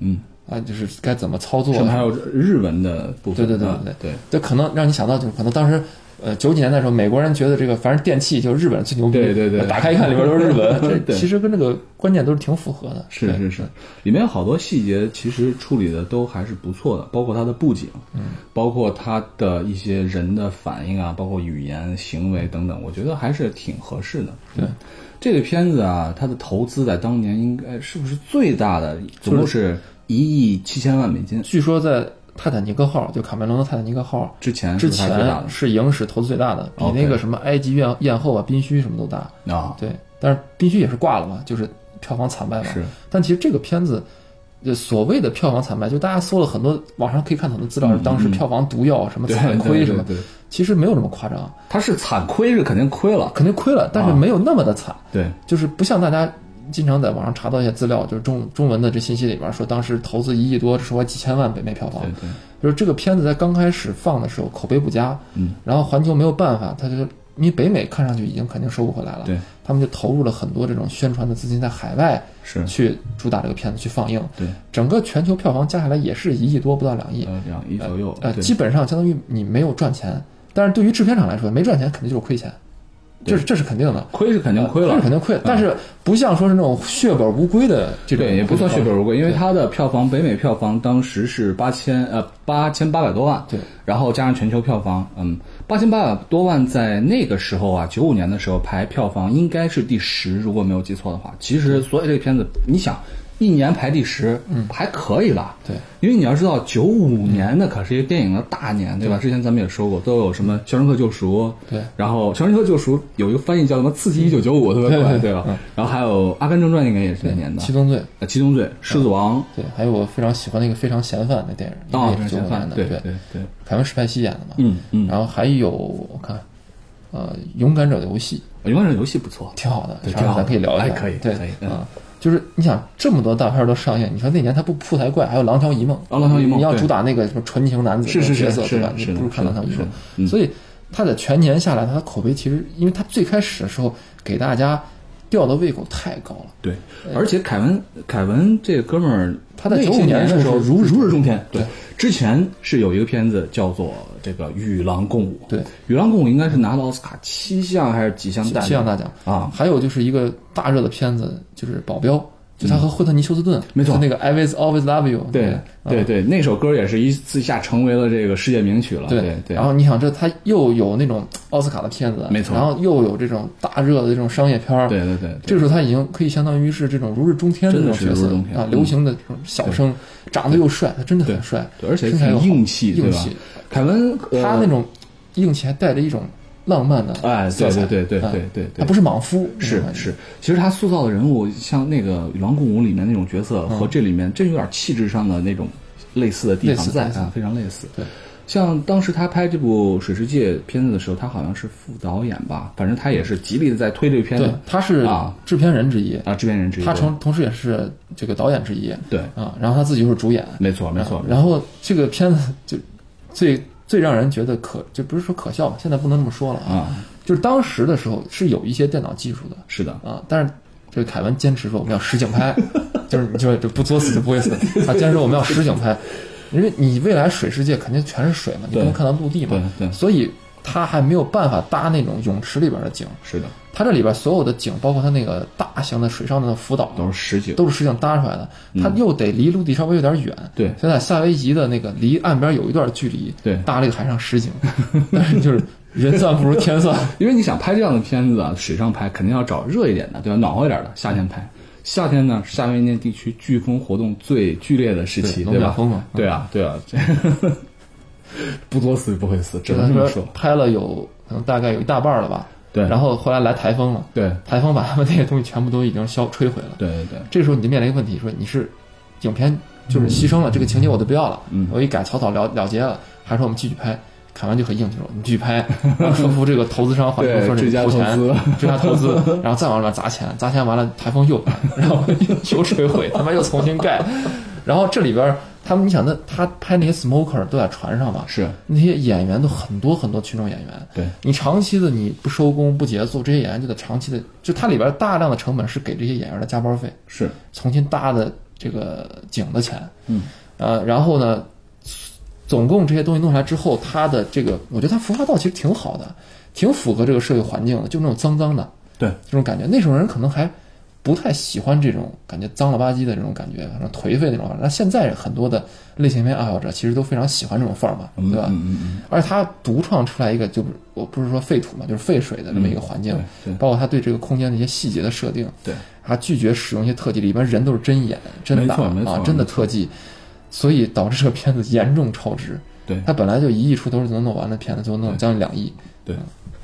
啊，就是该怎么操作， 甚至还有日文的部分。 对，这可能让你想到，就是可能当时90几年的时候，美国人觉得这个凡是电器就是日本最牛逼， 对， 打开一看里边都是日文，这其实跟这个观念都是挺符合的。 是，里面有好多细节其实处理的都还是不错的，包括它的布景，包括它的一些人的反应啊，包括语言、行为等等，我觉得还是挺合适的。 对， 这个片子啊，它的投资在当年应该是不是最大的，总共是$1.7亿。 据说在泰坦尼克号，就卡梅隆的泰坦尼克号之前是影史投资最大的，比那个什么埃及艳后啊、宾虚什么都大啊。 对，但是宾虚也是挂了嘛，就是票房惨败嘛。 是， 但其实这个片子，所谓的票房惨败，就大家搜了很多网上可以看很多资料，当时票房毒药什么惨亏什么，其实没有这么夸张。 它是惨亏是肯定亏了， 但是没有那么的惨。 对， 就是不像大家经常在网上查到一些资料，就是中文的这信息里边说，当时投资1亿多，收回几千万北美票房。 对， 就是这个片子在刚开始放的时候口碑不佳，然后环球没有办法，他就因为北美看上去已经肯定收不回来了， 对， 他们就投入了很多这种宣传的资金在海外去主打这个片子去放映。 对，整个全球票房加起来也是1亿多，不到2亿 ，2亿左右。 基本上相当于你没有赚钱，但是对于制片厂来说，没赚钱肯定就是亏钱。这是肯定的， 亏是肯定亏了， 但是不像说是那种血本无归的这种， 对，也不算血本无归，因为它的票房，北美票房当时是8800多万， 对， 然后加上全球票房，8800多万在那个时候啊，95年的时候排票房应该是第10，如果没有记错的话。其实所以这个片子，你想一年排第10，还可以了。 对， 因为你要知道95年的可是一个电影的大年，对吧？之前咱们也说过，都有什么《肖申克救赎》， 对， 然后《肖申克救赎》有一个翻译叫什么《刺激1995》，特别快，对吧？然后还有《阿甘正传》应该也是那年的， 七宗罪， 狮子王， 对，还有我非常喜欢那个《非常嫌犯》那电影， 非常嫌犯的， 对， 凯文·史派西演的嘛，然后还有我看，勇敢者游戏不错， 挺好的， 挺好， 咱可以聊一下， 可以啊。就是你想这么多大片都上映，你说那年他不铺台怪，还有《廊桥遗梦》你要主打那个什么纯情男子的角色，对吧？你不如看《廊桥遗梦》。所以他的全年下来，他的口碑其实，因为他最开始的时候给大家吊的胃口太高了。 对，而且凯文这个哥们儿， 他在95年的时候如日中天。对，之前是有一个片子叫做这个《与狼共舞》。对，《与狼共舞》应该是拿了奥斯卡7项还是几项大奖？7 项大奖啊！ 还有就是一个大热的片子，就是《保镖》。就他和惠特尼·休斯顿， 没错， 那个 I Will Always Love You， 对，那首歌也是一下成为了这个世界名曲了。对。 然后你想，他又有那种奥斯卡的片子， 没错， 然后又有这种大热的这种商业片， 对。 这个时候他已经可以相当于是这种如日中天的这种角色啊，流行的这种小生，长得又帅，他真的很帅， 对，而且很硬气，对吧？凯文他那种硬气还带着一种浪漫的色彩， 对， 他不是莽夫， 是。其实他塑造的人物，像那个《与狼共舞》里面那种角色，和这里面真有点气质上的那种类似的地方在啊，非常类似。 对， 像当时他拍这部《水世界》片子的时候，他好像是副导演吧，反正他也是极力的在推这个片子。 对，他是制片人之一他同时也是这个导演之一。 对然后他自己就是主演， 没错。 然后这个片子就最让人觉得就不是说可笑吧，现在不能这么说了就是当时的时候是有一些电脑技术的， 是的但是这个凯文坚持说我们要实景拍，就是你就不作死就不会死，他坚持说我们要实景拍，因为你未来水世界肯定全是水嘛，你不能看到陆地嘛， 对， 所以他还没有办法搭那种泳池里边的景。 是的， 他这里边所有的景，包括他那个大型的水上的浮岛， 都是实景搭出来的。他又得离陆地稍微有点远， 对。 现在夏威夷的那个离岸边有一段距离， 对， 搭了一个海上实景，但是就是人算不如天算， 因为你想拍这样的片子啊，水上拍肯定要找热一点的，对吧？暖和一点的，夏天拍。夏天呢，夏威夷那地区飓风活动最剧烈的时期，对吧？ 风嘛， 对啊，不作死不会死，只能这么说。 拍了可能大概有一大半了吧。 对， 然后后来来台风了， 对， 台风把他们那些东西全部都已经摧毁了。 对， 这个时候你就面临一个问题，说你是影片就是牺牲了这个情节我都不要了，我一改草草了结了，还是说我们继续拍？凯文就很硬气说你继续拍，然后说服这个投资商，说你投钱，追加投资，然后再往里面砸钱完了台风又来，然后又摧毁，他妈又重新盖，然后这里边。你想他拍那些 smoker 都在船上嘛？ 是那些演员都很多群众演员。 对， 你长期的你不收工不节奏，这些演员就得长期的，就它里边大量的成本是给这些演员的加班费， 是重新搭的这个景的钱，然后呢，总共这些东西弄下来之后，它的这个，我觉得它服化道其实挺好的，挺符合这个社会环境的，就那种脏脏的， 对， 这种感觉。那时候人可能还不太喜欢这种感觉脏了吧唧的这种感觉，颓废那种。那现在很多的类型片爱好者其实都非常喜欢这种范儿嘛，对吧？而且他独创出来一个，就我不是说废土嘛，就是废水的这么一个环境，包括他对这个空间的一些细节的设定， 对， 他拒绝使用一些特技，里边人都是真眼、真打啊，真的特技，所以导致这个片子严重超支。 对， 他本来就1亿出头就能弄完的片子，最后弄将近2亿。 对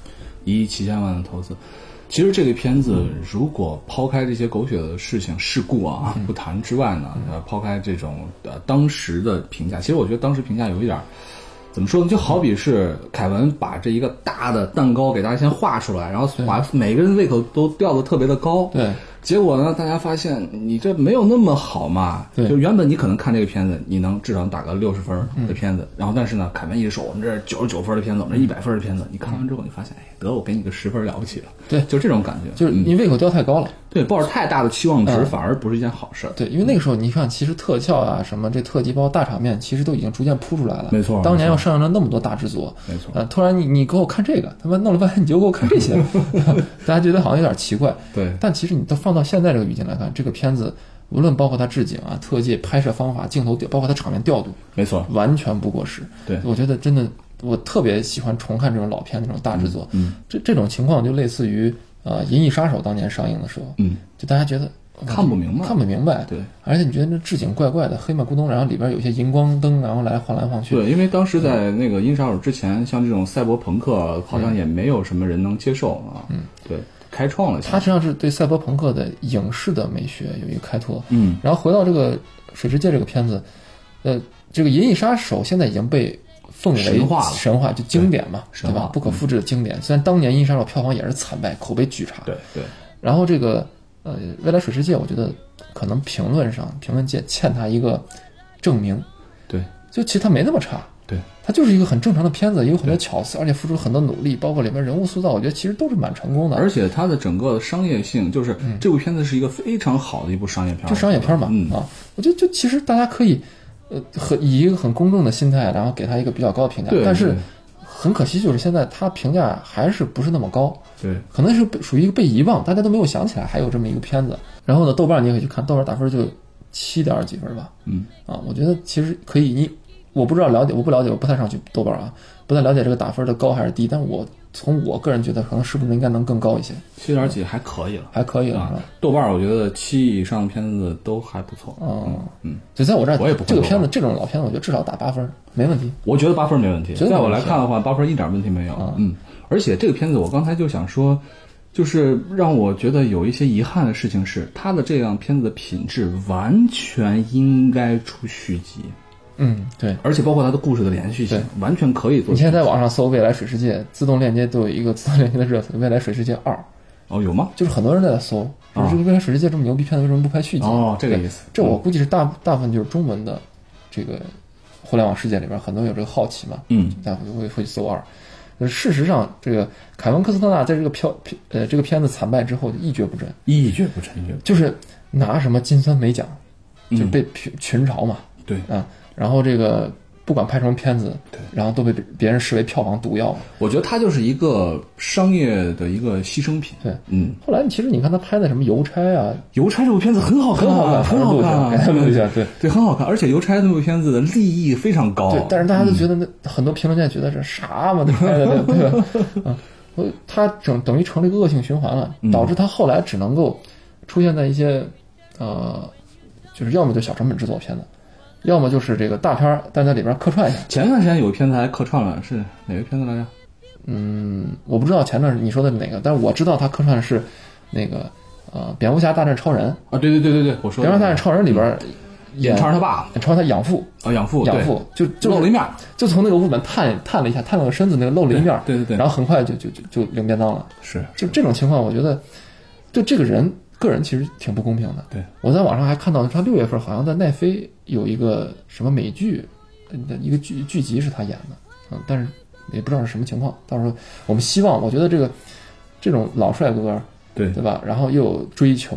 ，1亿7千万的投资。其实这个片子如果抛开这些狗血的事故啊不谈之外呢，抛开这种当时的评价，其实我觉得当时评价有一点怎么说呢？就好比是凯文把这一个大的蛋糕给大家先画出来，然后把每个人胃口都吊得特别的高。 对。 结果呢，大家发现你这没有那么好嘛。 对。 就原本你可能看这个片子，你能至少打个60分的片子，然后但是呢，凯文一说我们这是99分的片子，我们这100分的片子，你看完之后你发现，得我给你个10分了不起了。 对， 就这种感觉， 就是你胃口吊太高了。 对，抱着太大的期望值反而不是一件好事。 对，因为那个时候你看，其实特效啊，什么这特技包括大场面，其实都已经逐渐铺出来了。 没错。 当年又上映了那么多大制作。 没错。 突然你给我看这个，他妈弄了半天你就给我看这些，大家觉得好像有点奇怪。 对。 但其实你都放到现在这个语境来看，这个片子无论包括它置景啊、特技、拍摄方法、镜头包括它场面调度， 没错， 完全不过时。 对， 我觉得真的，我特别喜欢重看这种老片那种大制作。这种情况就类似于银翼杀手当年上映的时候，就大家觉得看不明白， 对，而且你觉得那置景怪怪的，黑马咕咚，然后里边有些荧光灯，然后来晃来晃去。 对，因为当时在那个银翼杀手之前，像这种赛博朋克好像也没有什么人能接受啊。对。开创了， 他实际上是对赛博朋克的影视的美学有一个开拓。然后回到这个水之界这个片子，这个银翼杀手现在已经被奉为神话，就经典嘛，对吧？不可复制的经典。虽然当年银翼杀手票房也是惨败，口碑巨差。 对。 然后这个未来水之界，我觉得可能评论界欠他一个证明。 对， 就其实他没那么差。 对， 它就是一个很正常的片子，有很多巧思，而且付出很多努力，包括里面人物塑造，我觉得其实都是蛮成功的。 而且它的整个商业性，就是这部片子是一个非常好的一部商业片， 就商业片嘛。我觉得就其实大家可以，以一个很公正的心态，然后给他一个比较高的评价。但是很可惜，就是现在他评价还是不是那么高。 对， 可能是属于一个被遗忘，大家都没有想起来还有这么一个片子。然后呢，豆瓣你也可以去看，豆瓣打分就7点几分吧。我觉得其实可以我不知道我不了解，我不太上去豆瓣啊，不太了解这个打分的高还是低，但我从我个人觉得，可能是不是应该能更高一些 ？7点几还可以了， 是吧？ 豆瓣我觉得7以上的片子都还不错。 就在我这儿， 我也不这个片子这种老片子，我觉得至少打8分没问题。 我觉得8分没问题，在我来看的话，8分一点问题没有。而且这个片子我刚才就想说。就是让我觉得有一些遗憾的事情是，他的这样片子的品质完全应该出续集。 对， 而且包括它的故事的连续性，完全可以做。 你现在在网上搜《未来水世界》，自动链接都有一个自动链接的热词，《未来水世界2》。 哦，有吗？ 就是很多人在搜，就是这个《未来水世界》这么牛逼片子，为什么不拍续集？ 这个意思。 这我估计是大部分就是中文的这个互联网世界里边，很多人有这个好奇嘛。大家会去搜2。事实上，这个凯文·科斯特纳在这个这个片子惨败之后就一蹶不振，就是拿什么金酸梅奖，就被群嘲嘛。 对啊，然后这个不管拍什么片子， 对， 然后都被别人视为票房毒药。 我觉得它就是一个商业的一个牺牲品。 对，后来其实你看他拍的什么邮差啊， 邮差这部片子很好看，很好看， 录一下， 对，很好看。而且邮差那部片子的立意非常高。 对，但是大家都觉得很多评论家觉得这啥嘛，这拍的对吧？他等于成了一个恶性循环了，导致他后来只能够出现在一些就是要么就小成本制作片子。要么就是这个大片儿，但在里边客串一下。 前段时间有个片子还客串了，是哪个片子来着？ 我不知道前段你说的是哪个，但是我知道他客串的是那个蝙蝠侠大战超人啊，对，我说蝙蝠侠大战超人里边演超人他爸， 超人他养父养父就露了一面， 就从那个屋本探了一下，探了个身子，那个露了一面， 对， 然后很快就领便当了。 是， 就这种情况，我觉得对这个人个人其实挺不公平的。 对， 我在网上还看到他6月份好像在奈飞有一个什么美剧的一个剧集是他演的，但是也不知道是什么情况。到时候我们希望，我觉得这种老帅哥，对吧？然后又有追求，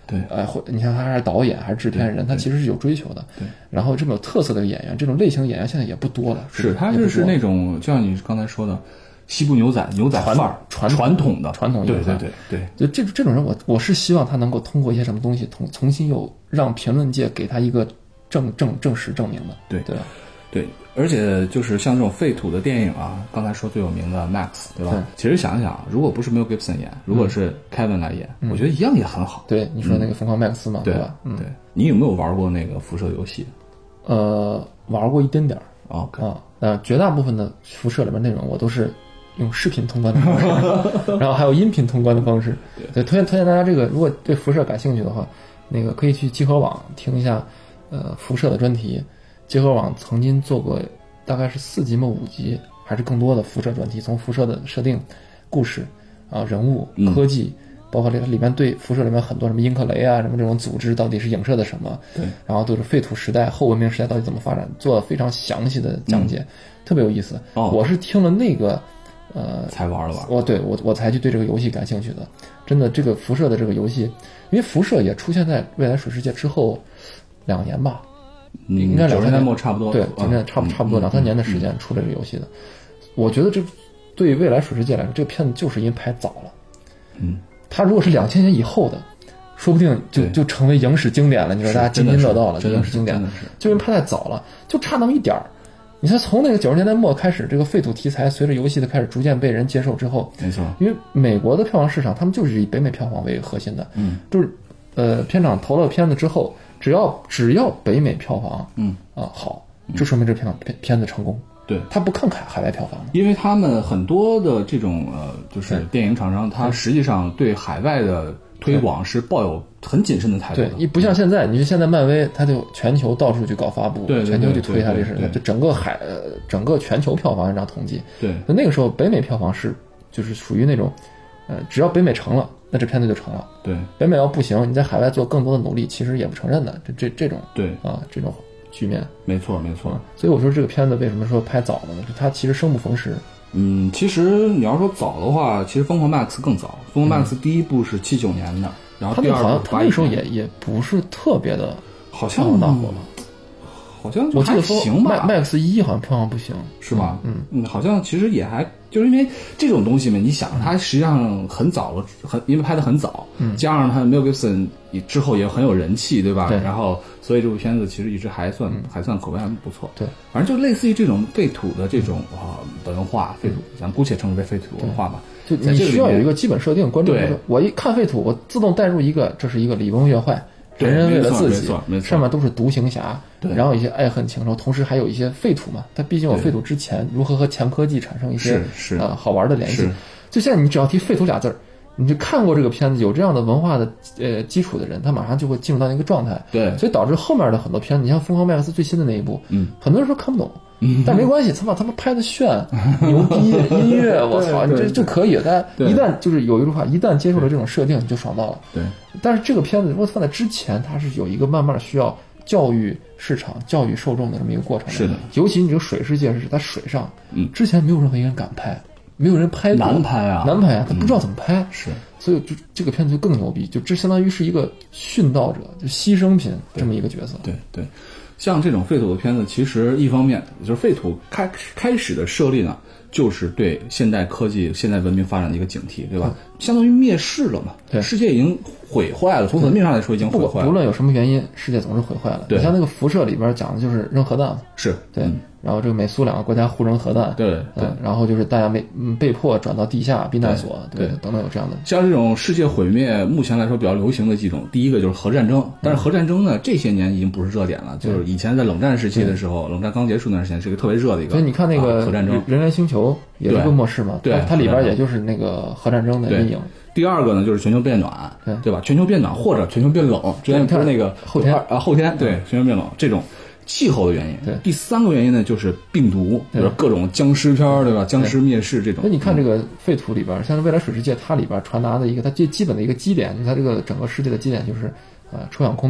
对， 你像他还是导演还是制片人，他其实是有追求的。 对， 然后这么有特色的演员，这种类型的演员现在也不多了。 是，他就是那种，就像你刚才说的，西部牛仔范儿，传统的，对。 就这种人，我是希望他能够通过一些什么东西，重新又让评论界给他一个证实证明的。 对，而且就是像这种废土的电影啊，刚才说最有名的 Max， 对吧？对，其实想一想，如果不是Mel Gibson 演，如果是 Kevin 来演，我觉得一样也很好。 对，你说那个疯狂麦克斯嘛，对吧？ 对，你有没有玩过那个辐射游戏？ 玩过一点点。 OK 绝大部分的辐射里面内容我都是用视频通关的方式，然后还有音频通关的方式。对，推荐大家这个，如果对辐射感兴趣的话，那个可以去集合网听一下辐射的专题。集合网曾经做过大概是4集吗5集还是更多的辐射专题，从辐射的设定、故事啊、人物、科技，包括里面对辐射里面很多什么英克雷啊什么这种组织到底是影射的什么， 对， 然后都是废土时代后文明时代到底怎么发展，做了非常详细的讲解，特别有意思。我是听了那个才玩了吧？ 我才去对这个游戏感兴趣的。真的，这个辐射的这个游戏，因为辐射也出现在未来水世界之后2年吧。应该 90年末差不多， 对，差不多2-3年的时间出了这个游戏的。我觉得这对未来水世界来说，这个片子就是因为拍早了。它如果是2000年以后的，说不定就成为影史经典了。你说大家津津乐道了，就影史经典，就因为拍太早了，就差那么一点儿。你看，从那个90年代末开始，这个废土题材随着游戏的开始逐渐被人接受之后， 没错， 因为美国的票房市场，他们就是以北美票房为核心的，就是片场投了片子之后。只要北美票房，好，就说明这片子成功。对，他不看海外票房， 因为他们很多的这种就是电影厂商，他实际上对海外的推广是抱有很谨慎的态度的。 对，不像现在，你说现在漫威，他就全球到处去搞发布，全球去推它这事，就整个全球票房按照统计。 对， 那个时候北美票房就是属于那种，只要北美成了。那这片子就成了。 对， 北美要不行，你在海外做更多的努力，其实也不承认的。这种对这种局面， 没错。 所以我说这个片子为什么说拍早了呢？它其实生不逢时。 其实你要说早的话，其实《疯狂 Max》更早，《疯狂 Max》第一部是79年的，然后第二部他那时候也不是特别的， 好像大火吧。 好像我记得行吧 ，Max 1好像票房不行， 是吧？好像其实也还就是因为这种东西嘛，你想它实际上很早了，因为拍得很早，加上他 Mel Gibson 之后也很有人气，对吧？ 对。 然后所以这部片子其实一直还算口碑还不错。 对， 反正就类似于这种废土的这种文化，废土咱姑且称之为废土文化吧。 就你需要有一个基本设定，观众我一看废土，我自动带入一个，这是一个礼崩乐坏。人为了自己，上面都是独行侠，然后一些爱恨情仇，同时还有一些废土嘛。它毕竟有废土之前如何和强科技产生一些好玩的联系。就现在你只要提废土俩字儿，你就看过这个片子，有这样的文化的基础的人，他马上就会进入到那个状态。 对， 所以导致后面的很多片子，你像《疯狂麦克斯》最新的那一部，很多人说看不懂。但没关系，他们拍的炫，牛逼，音乐，我操，你这就可以。大家一旦就是有一句话，一旦接受了这种设定，你就爽到了。 对。 但是这个片子如果放在之前，它是有一个慢慢需要教育市场、教育受众的这么一个过程。 是的。 尤其你这个水世界是在水上，之前没有任何一个人敢拍，没有人拍过。 难拍啊， 他不知道怎么拍。 是。 所以就这个片子就更牛逼，就这相当于是一个殉道者，就牺牲品这么一个角色。 对。像这种废土的片子，其实一方面就是废土开始的设立呢，就是对现代科技、现代文明发展的一个警惕，对吧？相当于灭世了嘛。 对， 世界已经毁坏了，从文明上来说已经毁坏了。 不论有什么原因，世界总是毁坏了。 对， 你像那个辐射里边讲的就是扔核弹嘛。 是对。然后这个美苏两个国家互扔核弹， 对， 然后就是大家被迫转到地下避难所，对，等等有这样的。 像这种世界毁灭，目前来说比较流行的几种，第一个就是核战争，但是核战争呢，这些年已经不是热点了，就是以前在冷战时期的时候，冷战刚结束那段时间是一个特别热的一个。 所以你看那个核战争， 人猿星球也是个末世嘛， 对， 它里边也就是那个核战争的阴影。 第二个呢，就是全球变暖，对吧？全球变暖或者全球变冷，之前不是那个后天对全球变冷这种。气候的原因， 对。 第三个原因呢，就是病毒，比如各种僵尸片，对吧？僵尸灭世这种。 那你看这个废土里边，像是未来水世界，它里边传达的一个它最基本的一个基点，就是它这个整个世界的基点就是，臭氧空洞，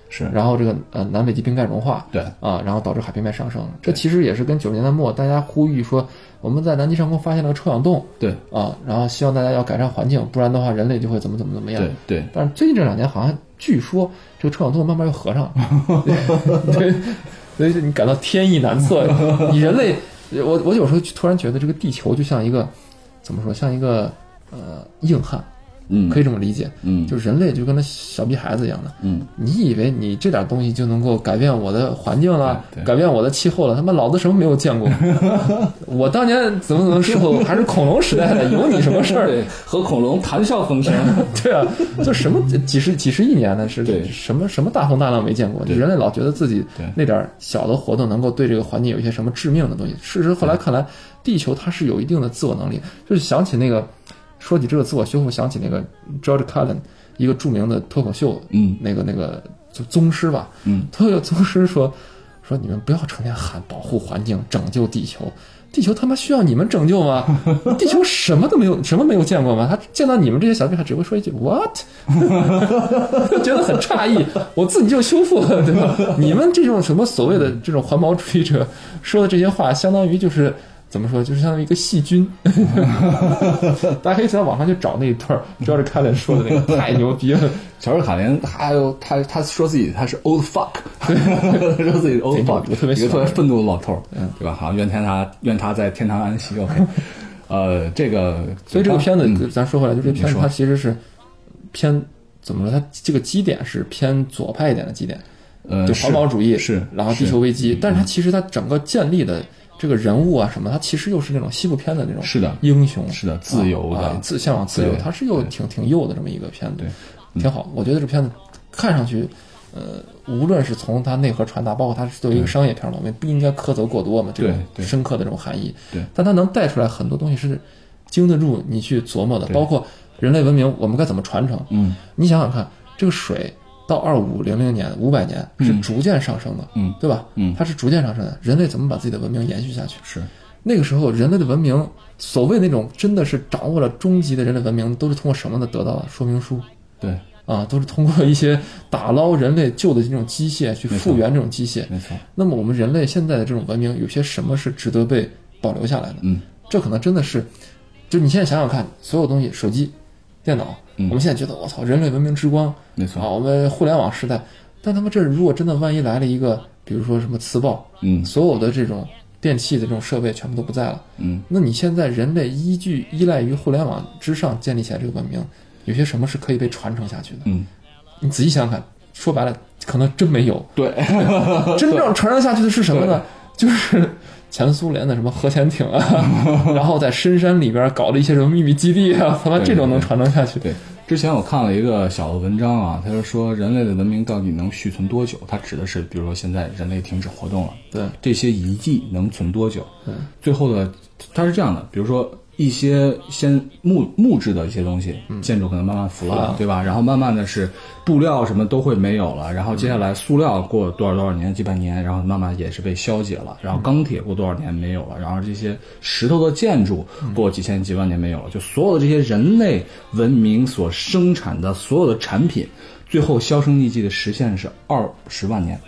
是， 然后这个南北极冰盖融化， 对啊，然后导致海平面上升。这其实也是跟90年代末大家呼吁说，我们在南极上空发现了个臭氧洞， 对啊， 然后希望大家要改善环境，不然的话人类就会怎么样。 对。 但是最近这2年好像据说这个臭氧洞慢慢又合上了，对，所以你感到天意难测。你人类，我有时候突然觉得这个地球就像一个怎么说，像一个硬汉。可以这么理解，就是人类就跟那小逼孩子一样的，你以为你这点东西就能够改变我的环境了，改变我的气候了？他妈老子什么没有见过？我当年怎么时候还是恐龙时代的，有你什么事儿？ 和恐龙谈笑风生， 对啊，就什么几十亿年的是什么大风大浪没见过？人类老觉得自己那点小的活动能够对这个环境有一些什么致命的东西。事实后来看来，地球它是有一定的自我能力，就是想起那个。说起这个自我修复，想起那个 George Carlin 一个著名的脱口秀，那个就宗师吧，他有宗师说你们不要成天喊保护环境、拯救地球，地球他妈需要你们拯救吗？地球什么都没有，什么没有见过吗？他见到你们这些小屁孩只会说一句 What， 觉得很诧异，我自己就修复了，对吧？你们这种什么所谓的这种环保主义者说的这些话，相当于就是。怎么说？就是相当于一个细菌，大家可以在网上去找那一段 George Carlin 说的那个，太牛逼了。 乔治卡林他说自己他是 old fuck， 说自己是 old fuck， 特别一个特别愤怒的老头，对吧？好像愿他在天堂安息。OK， 这个， 所以这个片子，咱说回来，就这片子它其实是偏怎么说？它这个基点是偏左派一点的基点，就环保主义是， 然后地球危机，但是它其实它整个建立的。这个人物啊什么，他其实又是那种西部片的那种是的英雄， 是的自由的向往自由，他是又挺幼的这么一个片子，对，挺好。我觉得这片子看上去，无论是从它内核传达，包括它是作为一个商业片嘛，我们不应该苛责过多嘛，这种深刻的这种含义， 对， 但它能带出来很多东西是经得住你去琢磨的，包括人类文明我们该怎么传承。你想想看，这个水。到2500年500年是逐渐上升的，对吧？它是逐渐上升的。人类怎么把自己的文明延续下去？ 是那个时候人类的文明，所谓那种真的是掌握了终极的人类文明，都是通过什么的得到的？说明书。 对啊，都是通过一些打捞人类旧的这种机械去复原这种机械。 没错。那么我们人类现在的这种文明，有些什么是值得被保留下来的？这可能真的是，就你现在想想看，所有东西，手机、电脑。我们现在觉得我操，人类文明之光， 没错啊，我们互联网时代，但他妈这如果真的万一来了一个，比如说什么磁暴，所有的这种电器的这种设备全部都不在了，那你现在人类依赖于互联网之上建立起来这个文明，有些什么是可以被传承下去的？你仔细想想看，说白了，可能真没有。 对， 真正传承下去的是什么呢？就是前苏联的什么核潜艇啊，然后在深山里边搞了一些什么秘密基地啊，他妈这种能传承下去？ 对，之前我看了一个小的文章啊，他就说人类的文明到底能续存多久？它指的是，比如说现在人类停止活动了， 对， 这些遗迹能存多久？最后的它是这样的，比如说一些先木质的一些东西，建筑可能慢慢腐烂，对吧？然后慢慢的是布料什么都会没有了，然后接下来塑料过多少年几百年，然后慢慢也是被消解了，然后钢铁过多少年没有了，然后这些石头的建筑过几千几万年没有了，就所有的这些人类文明所生产的所有的产品，最后销声匿迹的实现是20万年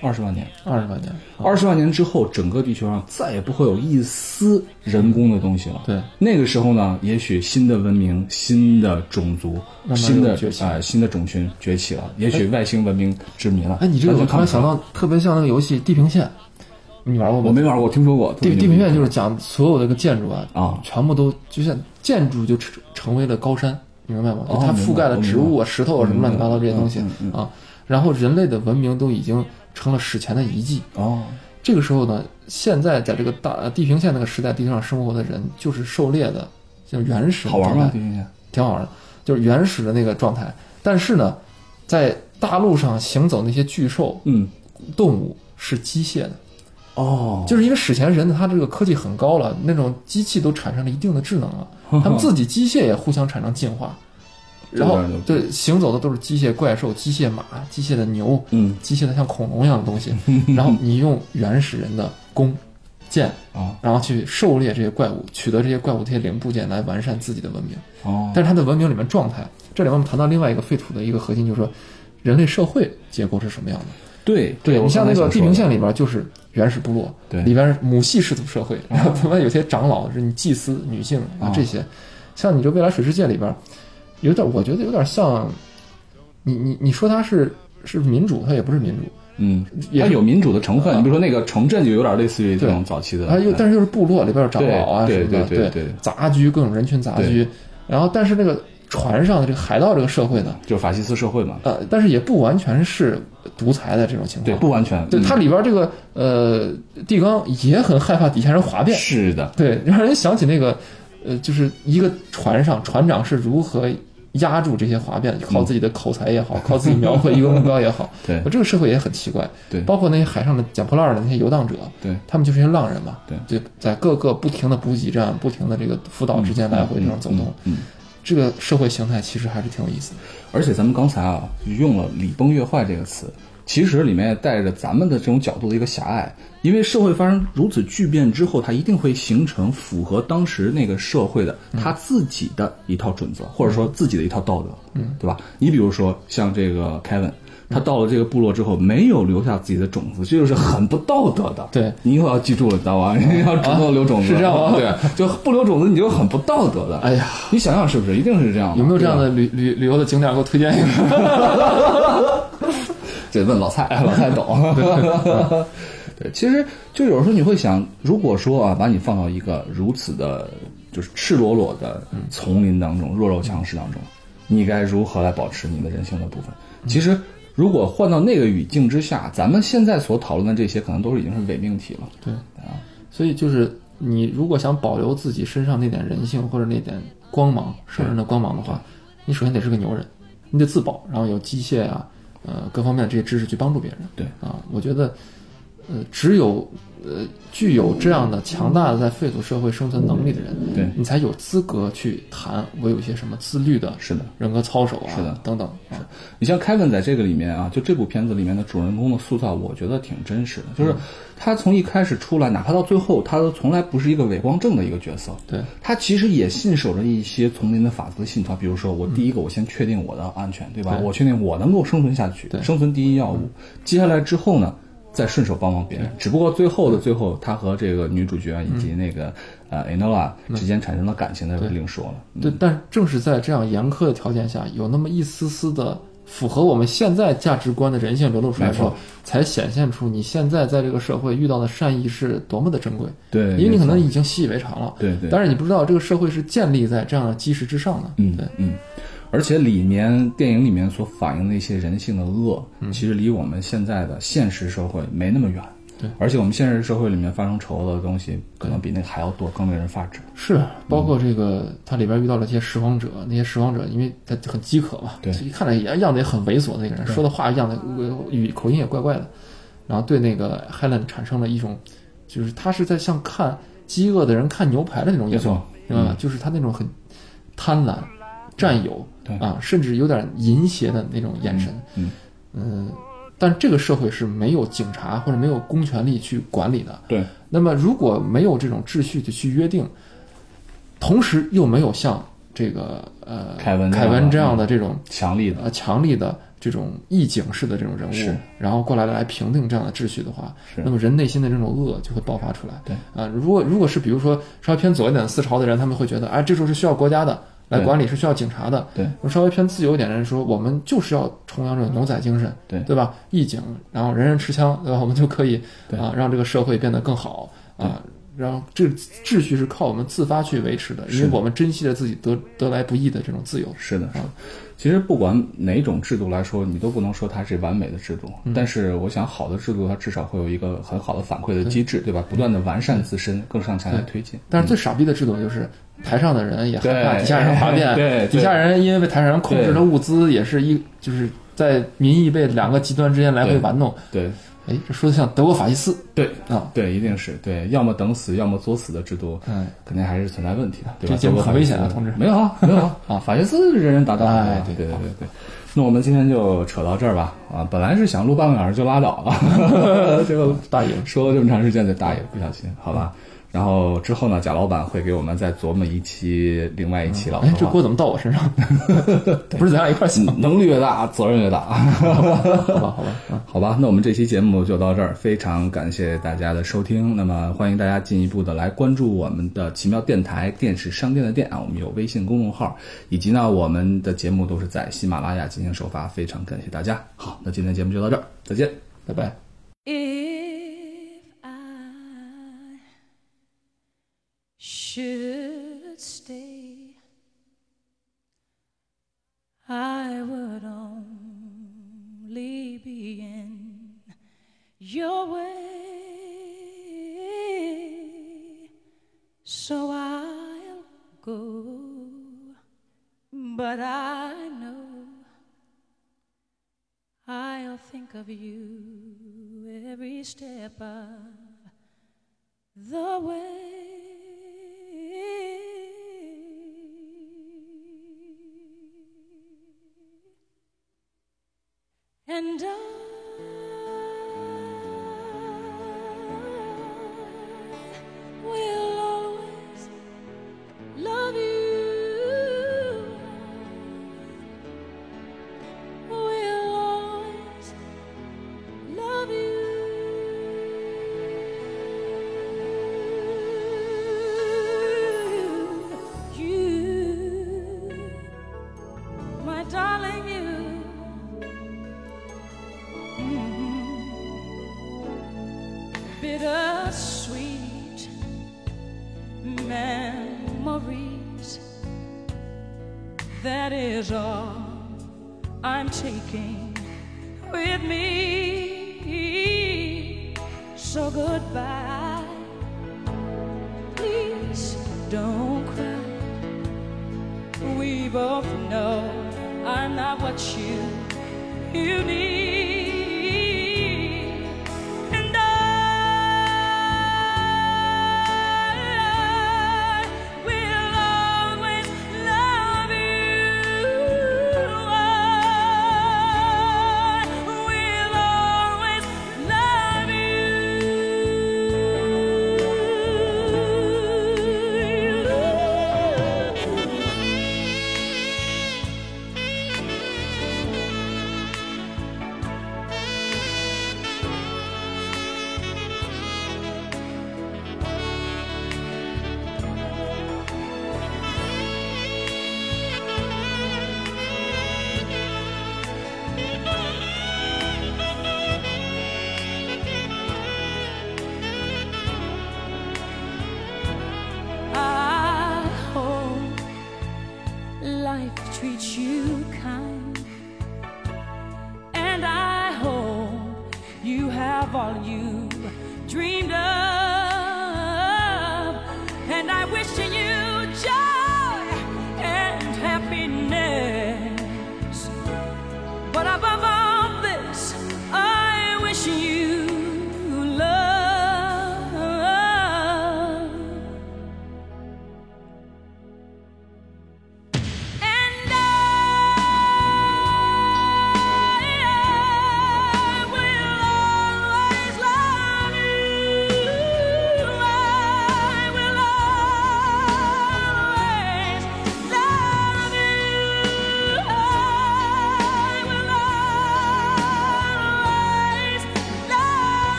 ，20万年之后，整个地球上再也不会有一丝人工的东西了。 对， 那个时候呢，也许新的文明、新的种族、新的种群崛起了，也许外星文明殖民了。 哎，你这个我突然想到，特别像那个游戏《地平线》，你玩过吗？ 我没玩过，我听说过。 地平线就是讲所有的一个建筑全部都就像建筑就成为了高山。你明白吗？它覆盖了植物啊、石头啊什么乱七八糟这些东西啊，然后人类的文明都已经成了史前的遗迹。这个时候呢，现在在这个地平线那个时代，地球上生活的人就是狩猎的，像原始的状态。 好玩吗？地平线挺好玩的，就是原始的那个状态。但是呢，在大陆上行走那些巨兽、动物是机械的。就是因为史前人的他这个科技很高了，那种机器都产生了一定的智能了，他们自己机械也互相产生进化，然后对行走的都是机械怪兽、机械马、机械的牛，机械的像恐龙一样的东西，然后你用原始人的弓、剑然后去狩猎这些怪物，取得这些怪物这些零部件来完善自己的文明。但是它的文明里面状态，这里面我们谈到另外一个废土的一个核心，就是说人类社会结构是什么样的。 对你像那个地平线里边就是原始部落， 对， 里边母系氏族社会，然后他们有些长老是你祭司女性啊这些，像你这未来水世界里边有点，我觉得有点像你说它是民主，它也不是民主。 它有民主的成分，你比如说那个城镇就有点类似于这种早期的， 但是又是部落里边有长老啊什么的， 对， 杂居，各种人群杂居，然后但是那个船上的这个海盗这个社会呢， 就是法西斯社会嘛， 但是也不完全是独裁的这种情况， 对，不完全， 对，它里边这个地刚也很害怕底下人哗变， 是的， 对，让人想起那个就是一个船上船长是如何压住这些哗变，靠自己的口才也好，靠自己描绘一个目标也好， 对， 这个社会也很奇怪， 对， 包括那些海上的捡破烂的那些游荡者， 对， 他们就是一些浪人嘛， 对， 就在各个不停的补给站、不停的这个辅导之间来回这种走动，这个社会形态其实还是挺有意思的。 而且咱们刚才用了礼崩乐坏这个词，其实里面也带着咱们的这种角度的一个狭隘，因为社会发生如此巨变之后，它一定会形成符合当时那个社会的他自己的一套准则，或者说自己的一套道德，对吧？你比如说像这个 Kevin， 他到了这个部落之后没有留下自己的种子，这就是很不道德的。 对， 你以后要记住了，知道吧？你要主动留种子， 是这样吗？ 对，就不留种子你就很不道德的。 哎呀， 你想想是不是？一定是这样的。 有没有这样的旅游的景点给我推荐一个？ 这问老蔡，老蔡懂。对，其实就有时候你会想，如果说把你放到一个如此的，就是赤裸裸的丛林当中，弱肉强食当中，你该如何来保持你的人性的部分？其实，如果换到那个语境之下，咱们现在所讨论的这些，可能都是已经是伪命题了。 对啊，所以就是你如果想保留自己身上那点人性或者那点光芒，圣人的光芒的话，你首先得是个牛人，你得自保，然后有机械啊。各方面的这些知识去帮助别人， 对啊，我觉得，只有具有这样的强大的在废土社会生存能力的人， 对你才有资格去谈我有一些什么自律的， 是的， 人格操守啊， 是的， 等等啊。 你像 Kevin 在这个里面就这部片子里面的主人公的塑造，我觉得挺真实的，就是他从一开始出来，哪怕到最后，他都从来不是一个伪光正的一个角色。 对， 他其实也信守着一些丛林的法则信条，比如说我第一个，我先确定我的安全，对吧？我确定我能够生存下去，生存第一要务。接下来之后呢，再顺手帮别人。只不过最后，他和这个女主角以及那个Enola 之间产生了感情的另说了。 对，但正是在这样严苛的条件下，有那么一丝丝的符合我们现在价值观的人性流露出来的时候，才显现出你现在在这个社会遇到的善意是多么的珍贵。 对， 因为你可能已经习以为常了。 对对。 但是你不知道这个社会是建立在这样的基石之上的。对。 而且电影里面所反映的一些人性的恶，其实离我们现在的现实社会没那么远。 对， 而且我们现实社会里面发生丑恶的东西，可能比那个还要多，更令人发指。 是，包括这个它里边遇到了一些拾荒者，那些拾荒者因为他很饥渴嘛， 对， 一看着样子也很猥琐的那个人，说的话样子口音也怪怪的，然后对那个 Helen 产生了一种，就是他是在像看饥饿的人看牛排的那种眼光，就是他那种很贪婪、占有甚至有点淫邪的那种眼神，但这个社会是没有警察或者没有公权力去管理的。 对。 那么如果没有这种秩序的去约定，同时又没有像这个凯文这样的这种强力的这种义警式的这种人物，然后过来评定这样的秩序的话，那么人内心的这种恶就会爆发出来。 对如果是比如说稍微偏左一点思潮的人，他们会觉得这时候是需要国家的来管理，是需要警察的。 对， 稍微偏自由一点的人说，我们就是要崇洋这种牛仔精神，对吧？义警，然后人人持枪，对吧？我们就可以让这个社会变得更好然后这个秩序是靠我们自发去维持的，因为我们珍惜着自己得来不易的这种自由。 是的，其实不管哪种制度来说，你都不能说它是完美的制度，但是我想好的制度它至少会有一个很好的反馈的机制，对吧？不断的完善自身，更上前来推进。 但是最傻逼的制度就是台上的人也害怕底下人哗变， 对， 底下人因为被台上人控制的物资也是就是在民意被两个极端之间来回玩弄。 对。 这说的像德国法西斯， 对，一定是对，要么等死，要么作死的制度，肯定还是存在问题的，对吧？ 这节目很危险啊，同志。 没有法西斯人人打倒。对。那我们今天就扯到这儿吧。本来是想录半个小时就拉倒了，结果大爷说了这么长时间，就大爷不小心，好吧。 然后之后呢，贾老板会给我们再琢磨另外一期老这锅怎么到我身上？不是咱俩一块想？ 能力越大，责任越大。 好吧， 好吧，那我们这期节目就到这儿，非常感谢大家的收听。那么欢迎大家进一步的来关注我们的奇妙电台，电是商店的店啊，我们有微信公众号，以及呢我们的节目都是在喜马拉雅进行首发，非常感谢大家。好，那今天节目就到这儿，再见， 拜拜。 Should stay, I would only be in your way, so I'll go, but I know I'll think of you every step of the way. And I will always love you. Will always love you. You, my darling, you. Bittersweet memories, that is all I'm taking with me. So goodbye, please don't cry. We both know I'm not what you need. Treat you kind, and I hope you have all you dreamed of, and I wish you joy and happiness, but above all this I wish you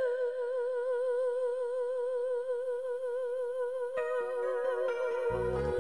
you.